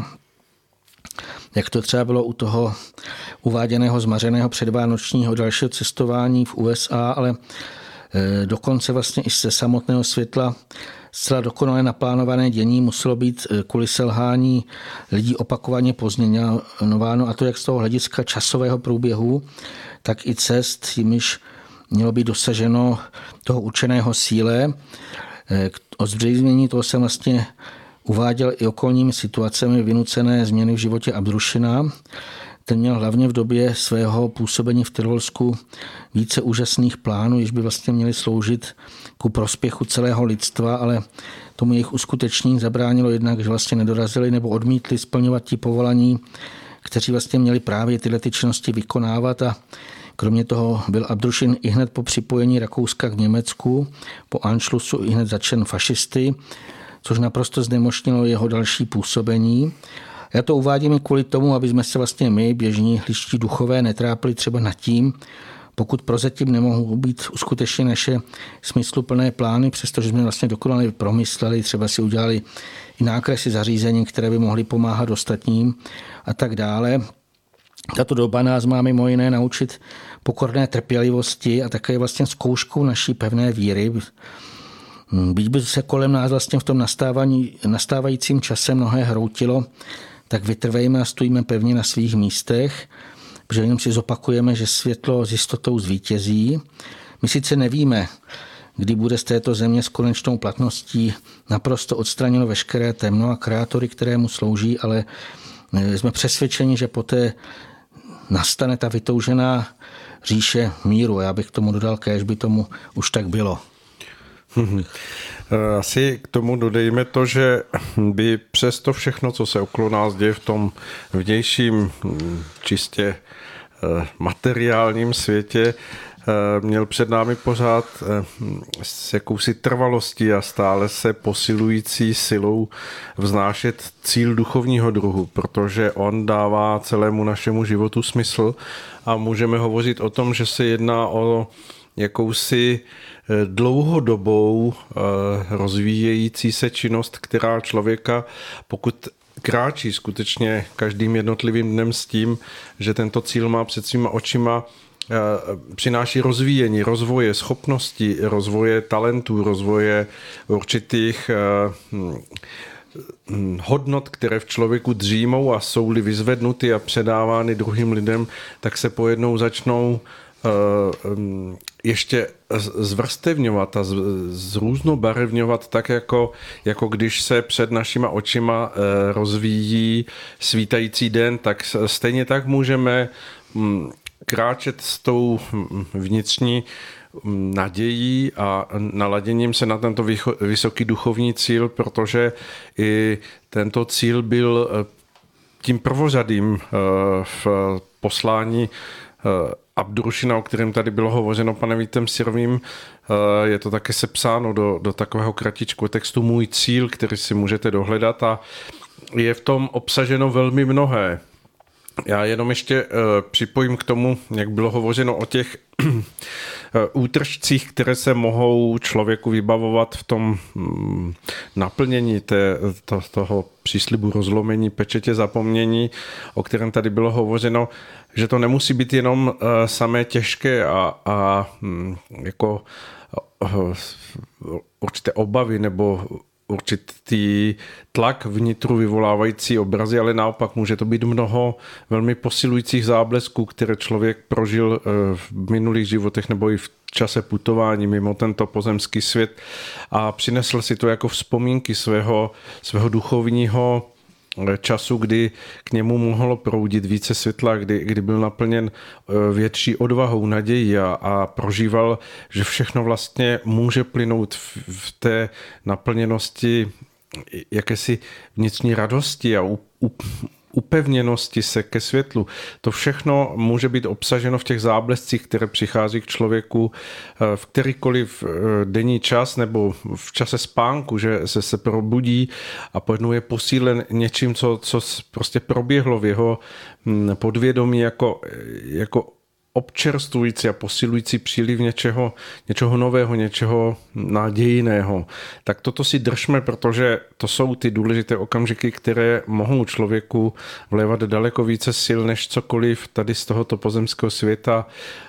jak to třeba bylo u toho uváděného zmařeného předvánočního dalšího cestování v USA, ale dokonce vlastně i ze samotného světla zcela dokonale naplánované dění muselo být kvůli selhání lidí opakovaně pozměňováno, a to jak z toho hlediska časového průběhu, tak i cest, jimiž mělo být dosaženo toho určeného cíle. O zřejmě toho jsem vlastně uváděl i okolními situacemi vynucené změny v životě Abdrušina. Ten měl hlavně v době svého působení v Tyrolsku více úžasných plánů, jež by vlastně měly sloužit ku prospěchu celého lidstva, ale tomu jejich uskutečnění zabránilo jednak, že vlastně nedorazili nebo odmítli splňovat ti povolaní, kteří vlastně měli právě tyhle činnosti vykonávat. A kromě toho byl Abdrušin i hned po připojení Rakouska k Německu, po Anschlussu i hned začen fašisty, což naprosto znemožnilo jeho další působení. Já to uvádím kvůli tomu, aby jsme se vlastně my, běžní liští duchové, netrápili třeba nad tím, pokud prozatím nemohou být uskutečně naše smysluplné plány, přestože jsme vlastně dokonale promysleli, třeba si udělali i nákresy zařízení, které by mohly pomáhat ostatním a tak dále. Tato doba nás má mimo jiné naučit pokorné trpělivosti a také vlastně zkouškou naší pevné víry. Byť by se kolem nás vlastně v tom nastávajícím čase mnohé hroutilo, tak vytrvejme a stojíme pevně na svých místech, protože jenom si zopakujeme, že světlo s jistotou zvítězí. My sice nevíme, kdy bude z této země s konečnou platností naprosto odstraněno veškeré temno a kreatory, kterému slouží, ale jsme přesvědčeni, že poté nastane ta vytoužená říše míru. Já bych k tomu dodal, kéž by tomu už tak bylo. Asi k tomu dodejme to, že by přes to všechno, co se okolo nás děje v tom vnějším, čistě materiálním světě, měl před námi pořád s jakousi trvalostí a stále se posilující silou vznášet cíl duchovního druhu, protože on dává celému našemu životu smysl a můžeme hovořit o tom, že se jedná o jakousi dlouhodobou rozvíjející se činnost, která člověka, pokud kráčí skutečně každým jednotlivým dnem s tím, že tento cíl má před svýma očima, přináší rozvíjení, rozvoje schopností, rozvoje talentů, rozvoje určitých hodnot, které v člověku dřímou a jsou-li vyzvednuty a předávány druhým lidem, tak se pojednou začnou ještě zvrstevňovat a zrůznobarevňovat tak, jako když se před našima očima rozvíjí svítající den, tak stejně tak můžeme kráčet s tou vnitřní nadějí a naladěním se na tento vysoký duchovní cíl, protože i tento cíl byl tím prvořadým v poslání Abdrušina, o kterém tady bylo hovořeno panem Vítem Sirovým. Je to také sepsáno do takového kratičku textu Můj cíl, který si můžete dohledat, a je v tom obsaženo velmi mnohé. Já jenom ještě připojím k tomu, jak bylo hovořeno o těch útržcích, které se mohou člověku vybavovat v tom naplnění toho příslibu rozlomení pečetě zapomnění, o kterém tady bylo hovořeno, že to nemusí být jenom samé těžké a jako určité obavy nebo určitý tlak vnitru vyvolávající obrazy, ale naopak může to být mnoho velmi posilujících záblesků, které člověk prožil v minulých životech nebo i v čase putování mimo tento pozemský svět a přinesl si to jako vzpomínky svého duchovního času, kdy k němu mohlo proudit více světla, kdy byl naplněn větší odvahou, nadějí a prožíval, že všechno vlastně může plynout v té naplněnosti jakési vnitřní radosti a upevněnosti se ke světlu. To všechno může být obsaženo v těch záblescích, které přichází k člověku v kterýkoliv denní čas nebo v čase spánku, že se probudí a pojednou je posílen něčím, co prostě proběhlo v jeho podvědomí jako občerstvující a posilující příliv něčeho nového, něčeho nadějného. Tak toto si držme, protože to jsou ty důležité okamžiky, které mohou člověku vlévat daleko více sil než cokoliv tady z tohoto pozemského světa.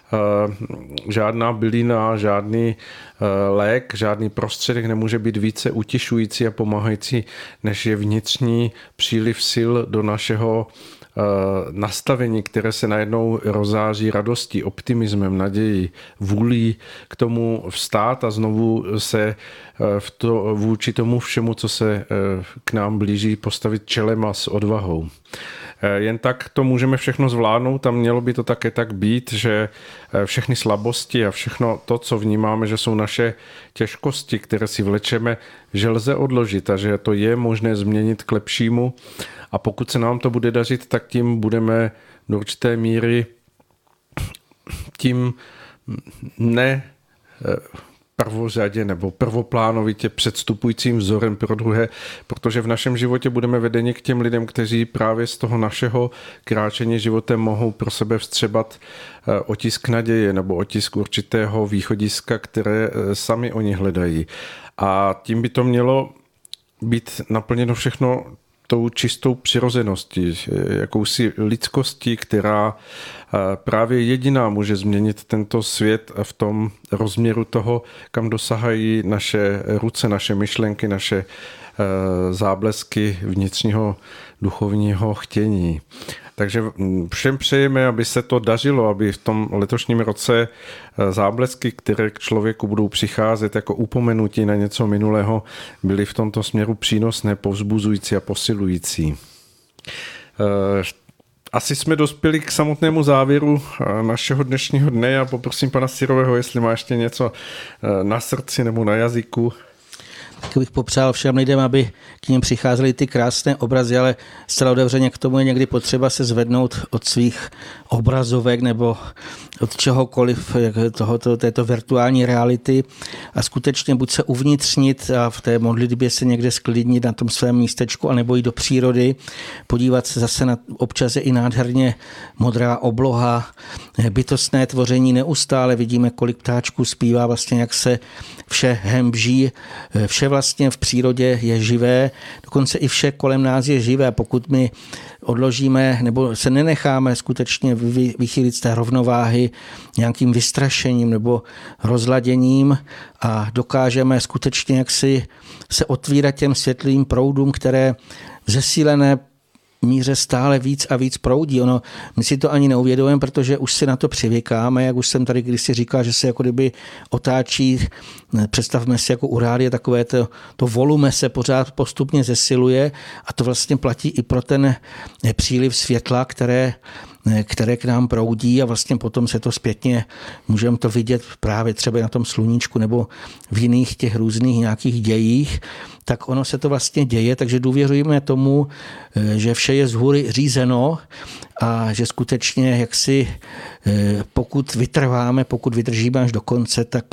Žádná bylina, žádný lék, žádný prostředek nemůže být více utišující a pomáhající, než je vnitřní příliv sil do našeho nastavení, které se najednou rozáří radostí, optimismem, nadějí, vůlí k tomu vstát a znovu se vůči tomu všemu, co se k nám blíží, postavit čelem a s odvahou. Jen tak to můžeme všechno zvládnout a mělo by to také tak být, že všechny slabosti a všechno to, co vnímáme, že jsou naše těžkosti, které si vlečeme, že lze odložit a že to je možné změnit k lepšímu. A pokud se nám to bude dařit, tak tím budeme do určité míry tím ne prvořadě nebo prvoplánovitě předstupujícím vzorem pro druhé, protože v našem životě budeme vedeni k těm lidem, kteří právě z toho našeho kráčení životem mohou pro sebe vstřebat otisk naděje nebo otisk určitého východiska, které sami oni hledají. A tím by to mělo být naplněno všechno tou čistou přirozeností, jakousi lidskostí, která právě jediná může změnit tento svět v tom rozměru toho, kam dosahají naše ruce, naše myšlenky, naše záblesky vnitřního duchovního chtění. Takže všem přejeme, aby se to dařilo, aby v tom letošním roce záblesky, které k člověku budou přicházet jako upomenutí na něco minulého, byly v tomto směru přínosné, povzbuzující a posilující. Asi jsme dospěli k samotnému závěru našeho dnešního dne. Já poprosím pana Syrového, jestli má ještě něco na srdci nebo na jazyku. Tak bych popřál všem lidem, aby k nim přicházely ty krásné obrazy, ale zcela otevřeně k tomu je někdy potřeba se zvednout od svých obrazovek nebo od čehokoliv této virtuální reality a skutečně buď se uvnitřnit a v té modlitbě se někde sklidnit na tom svém místečku, anebo jít do přírody, podívat se zase na občas je i nádherně modrá obloha, bytostné tvoření neustále, vidíme, kolik ptáčků zpívá, vlastně jak se vše hembží, vše vlastně v přírodě je živé, dokonce i vše kolem nás je živé, pokud my odložíme nebo se nenecháme skutečně vychýlit z té rovnováhy nějakým vystrašením nebo rozladěním a dokážeme skutečně jaksi se otvírat těm světlým proudům, které v zesílené míře stále víc a víc proudí. My si to ani neuvědomujeme, protože už si na to přivykáme, jak už jsem tady kdysi říkal, že se jako kdyby otáčí, představme si jako u rádia, takové to volume se pořád postupně zesiluje a to vlastně platí i pro ten příliv světla, které k nám proudí a vlastně potom se to zpětně, můžeme to vidět právě třeba na tom sluníčku nebo v jiných těch různých nějakých dějích, tak ono se to vlastně děje, takže důvěřujeme tomu, že vše je zhůry řízeno a že skutečně jaksi pokud vytrváme, pokud vydržíme až do konce, tak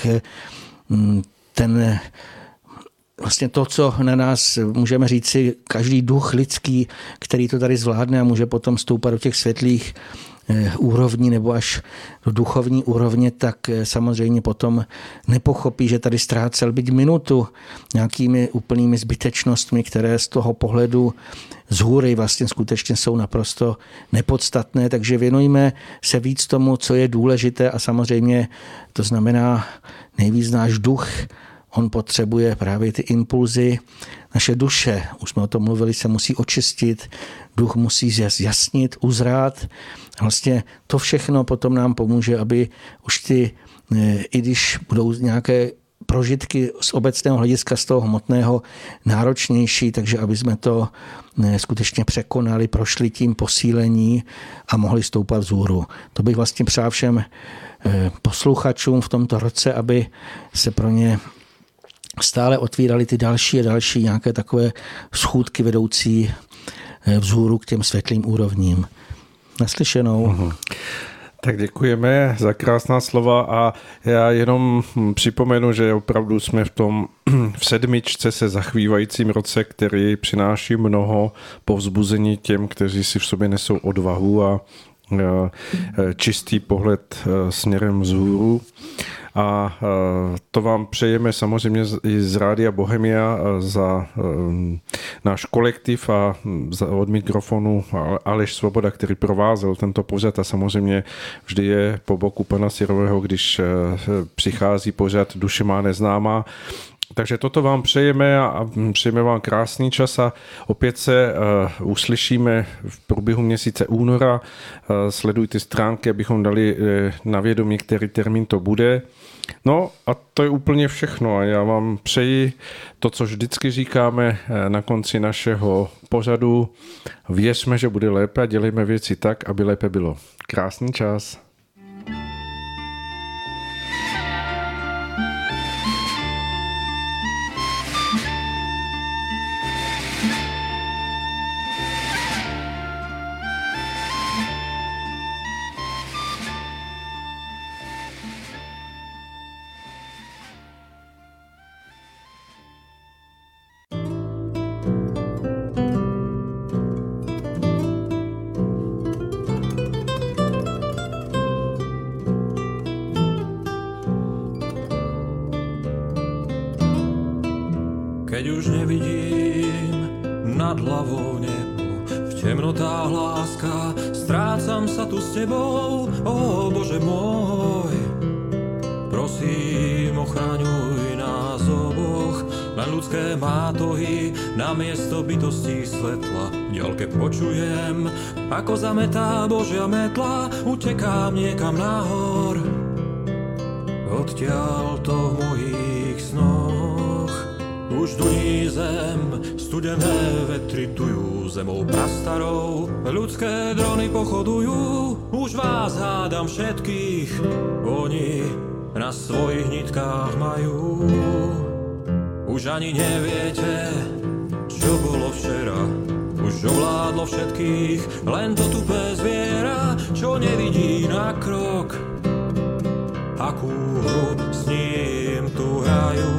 ten vlastně to, co na nás můžeme říci, každý duch lidský, který to tady zvládne a může potom stoupat do těch světlých úrovní nebo až do duchovní úrovně, tak samozřejmě potom nepochopí, že tady ztrácel byť minutu nějakými úplnými zbytečnostmi, které z toho pohledu z hůry vlastně skutečně jsou naprosto nepodstatné, takže věnujme se víc tomu, co je důležité a samozřejmě to znamená nejvíc náš duch. On potřebuje právě ty impulzy. Naše duše, už jsme o tom mluvili, se musí očistit, duch musí zjasnit, uzrát. Vlastně to všechno potom nám pomůže, aby už i když budou nějaké prožitky z obecného hlediska, z toho hmotného náročnější, takže aby jsme to skutečně překonali, prošli tím posílení a mohli stoupat vzhůru. To bych vlastně přál všem posluchačům v tomto roce, aby se pro ně stále otvíraly ty další a další nějaké takové schůdky vedoucí vzhůru k těm světlým úrovním. Naslyšenou. Tak děkujeme za krásná slova a já jenom připomenu, že opravdu jsme v 7. se zachvívajícím roce, který přináší mnoho povzbuzení těm, kteří si v sobě nesou odvahu a čistý pohled směrem vzhůru. A to vám přejeme samozřejmě i z Rádia Bohemia za náš kolektiv a od mikrofonu Aleš Svoboda, který provázel tento pořad a samozřejmě vždy je po boku pana Sirového, když přichází pořad Duše má neznámá. Takže toto vám přejeme a přejeme vám krásný čas a opět se uslyšíme v průběhu měsíce února. Sledujte stránky, abychom dali na vědomí, který termín to bude. No a to je úplně všechno a já vám přeji to, co vždycky říkáme na konci našeho pořadu. Věřme, že bude lépe a dělejme věci tak, aby lépe bylo. Krásný čas. Keď už nevidím nad hlavou nebo v temnotách láska, strácam sa tu s tebou, Bože môj. Prosím, ochraňuj nás oboch, na ľudské mátohy, na miesto bytostí svetla. V ďalke počujem, ako zametá Božia metla, utekám niekam nahor, odtiaľto v mojich snoch. Už duní zem, studené vetry tujú zemou prastarou, ľudské drony pochodujú, už vás hádam všetkých, oni na svojich nitkách majú. Už ani neviete, čo bolo včera, už ovládlo všetkých, len to tupé zviera, čo nevidí na krok, akú hru s ním tu hrajú.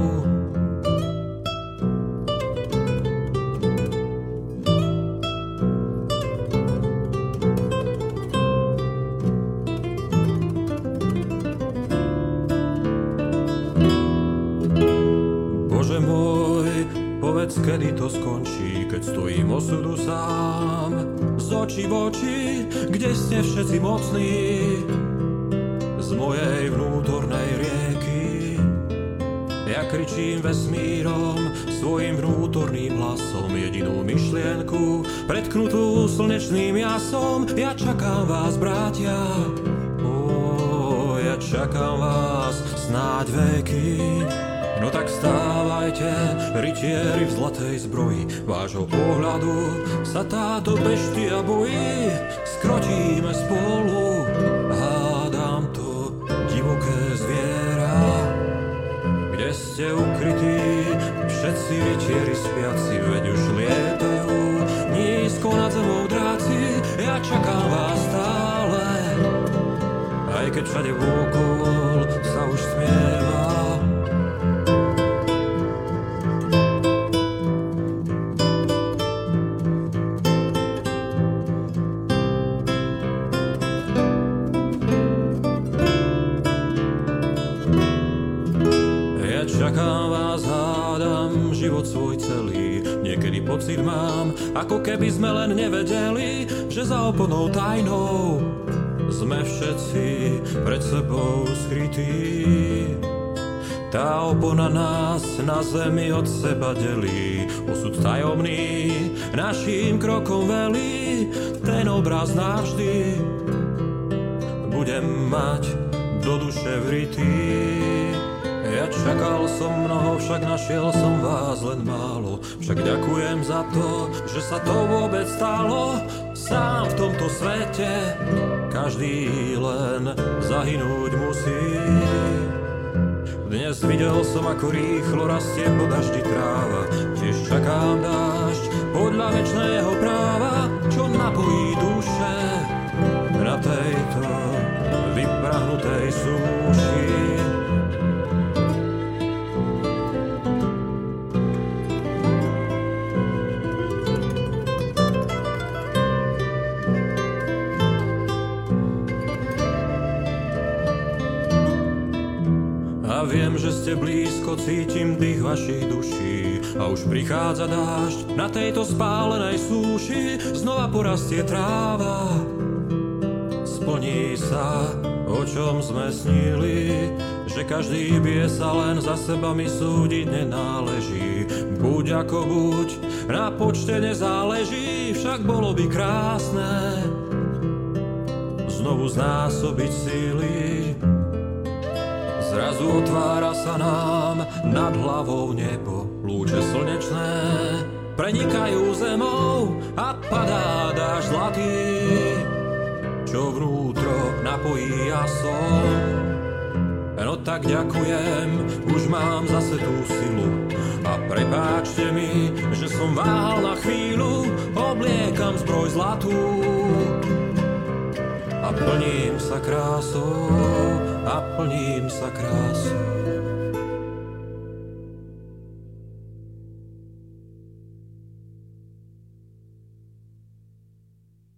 Kedy to skončí, keď stojím osudu sám, z očí v oči, kde ste všetci mocní, z mojej vnútornej rieky. Ja kričím vesmírom, svojim vnútorným hlasom, jedinú myšlienku, pretknutú slnečným jasom. Ja čakám vás, bratia, ja čakám vás snáď veky. No tak stávajte, rytieri v zlatej zbroji, vášho pohľadu sa táto beštia bojí. Skrotíme spolu, hádam to divoké zviera. Kde ste ukrytí, všetci rytieri spiaci, veď už lietajú nízko nad zemou dráci. Ja čakám vás stále, aj keď všade vôkol sa už smieva. Čakám vás, hádam život svoj celý. Niekedy pocit mám, ako keby sme len nevedeli, že za oponou tajnou sme všetci pred sebou skrytí. Tá opona nás na zemi od seba delí, osud tajomný naším krokom velí. Ten obraz navždy budem mať do duše vrytý. Ja čakal som mnoho, však našiel som vás len málo. Však ďakujem za to, že sa to vôbec stalo. Sám v tomto svete každý len zahynúť musí. Dnes videl som, ako rýchlo rastie po daždi tráva. Tiež čakám dážď podľa večného práva, čo napojí duše na tejto vyprahnutej súši. A viem, že ste blízko, cítim dých vašich duší. A už prichádza dážď na tejto spálenej súši. Znova porastie tráva, splní sa, o čom sme snili. Že každý bije sa, len za seba mi súdiť nenáleží. Buď ako buď, na počte nezáleží. Však bolo by krásne znovu znásobiť síly. Zrazu otvára sa nám nad hlavou nebo, lúče slnečné prenikajú zemou a padá dážď zlatý, čo vnútro napojí a som. No tak ďakujem, už mám zase tú silu a prepáčte mi, že som váhal na chvíľu, obliekam zbroj zlatú a plním sa krásou. A plním sa krásou.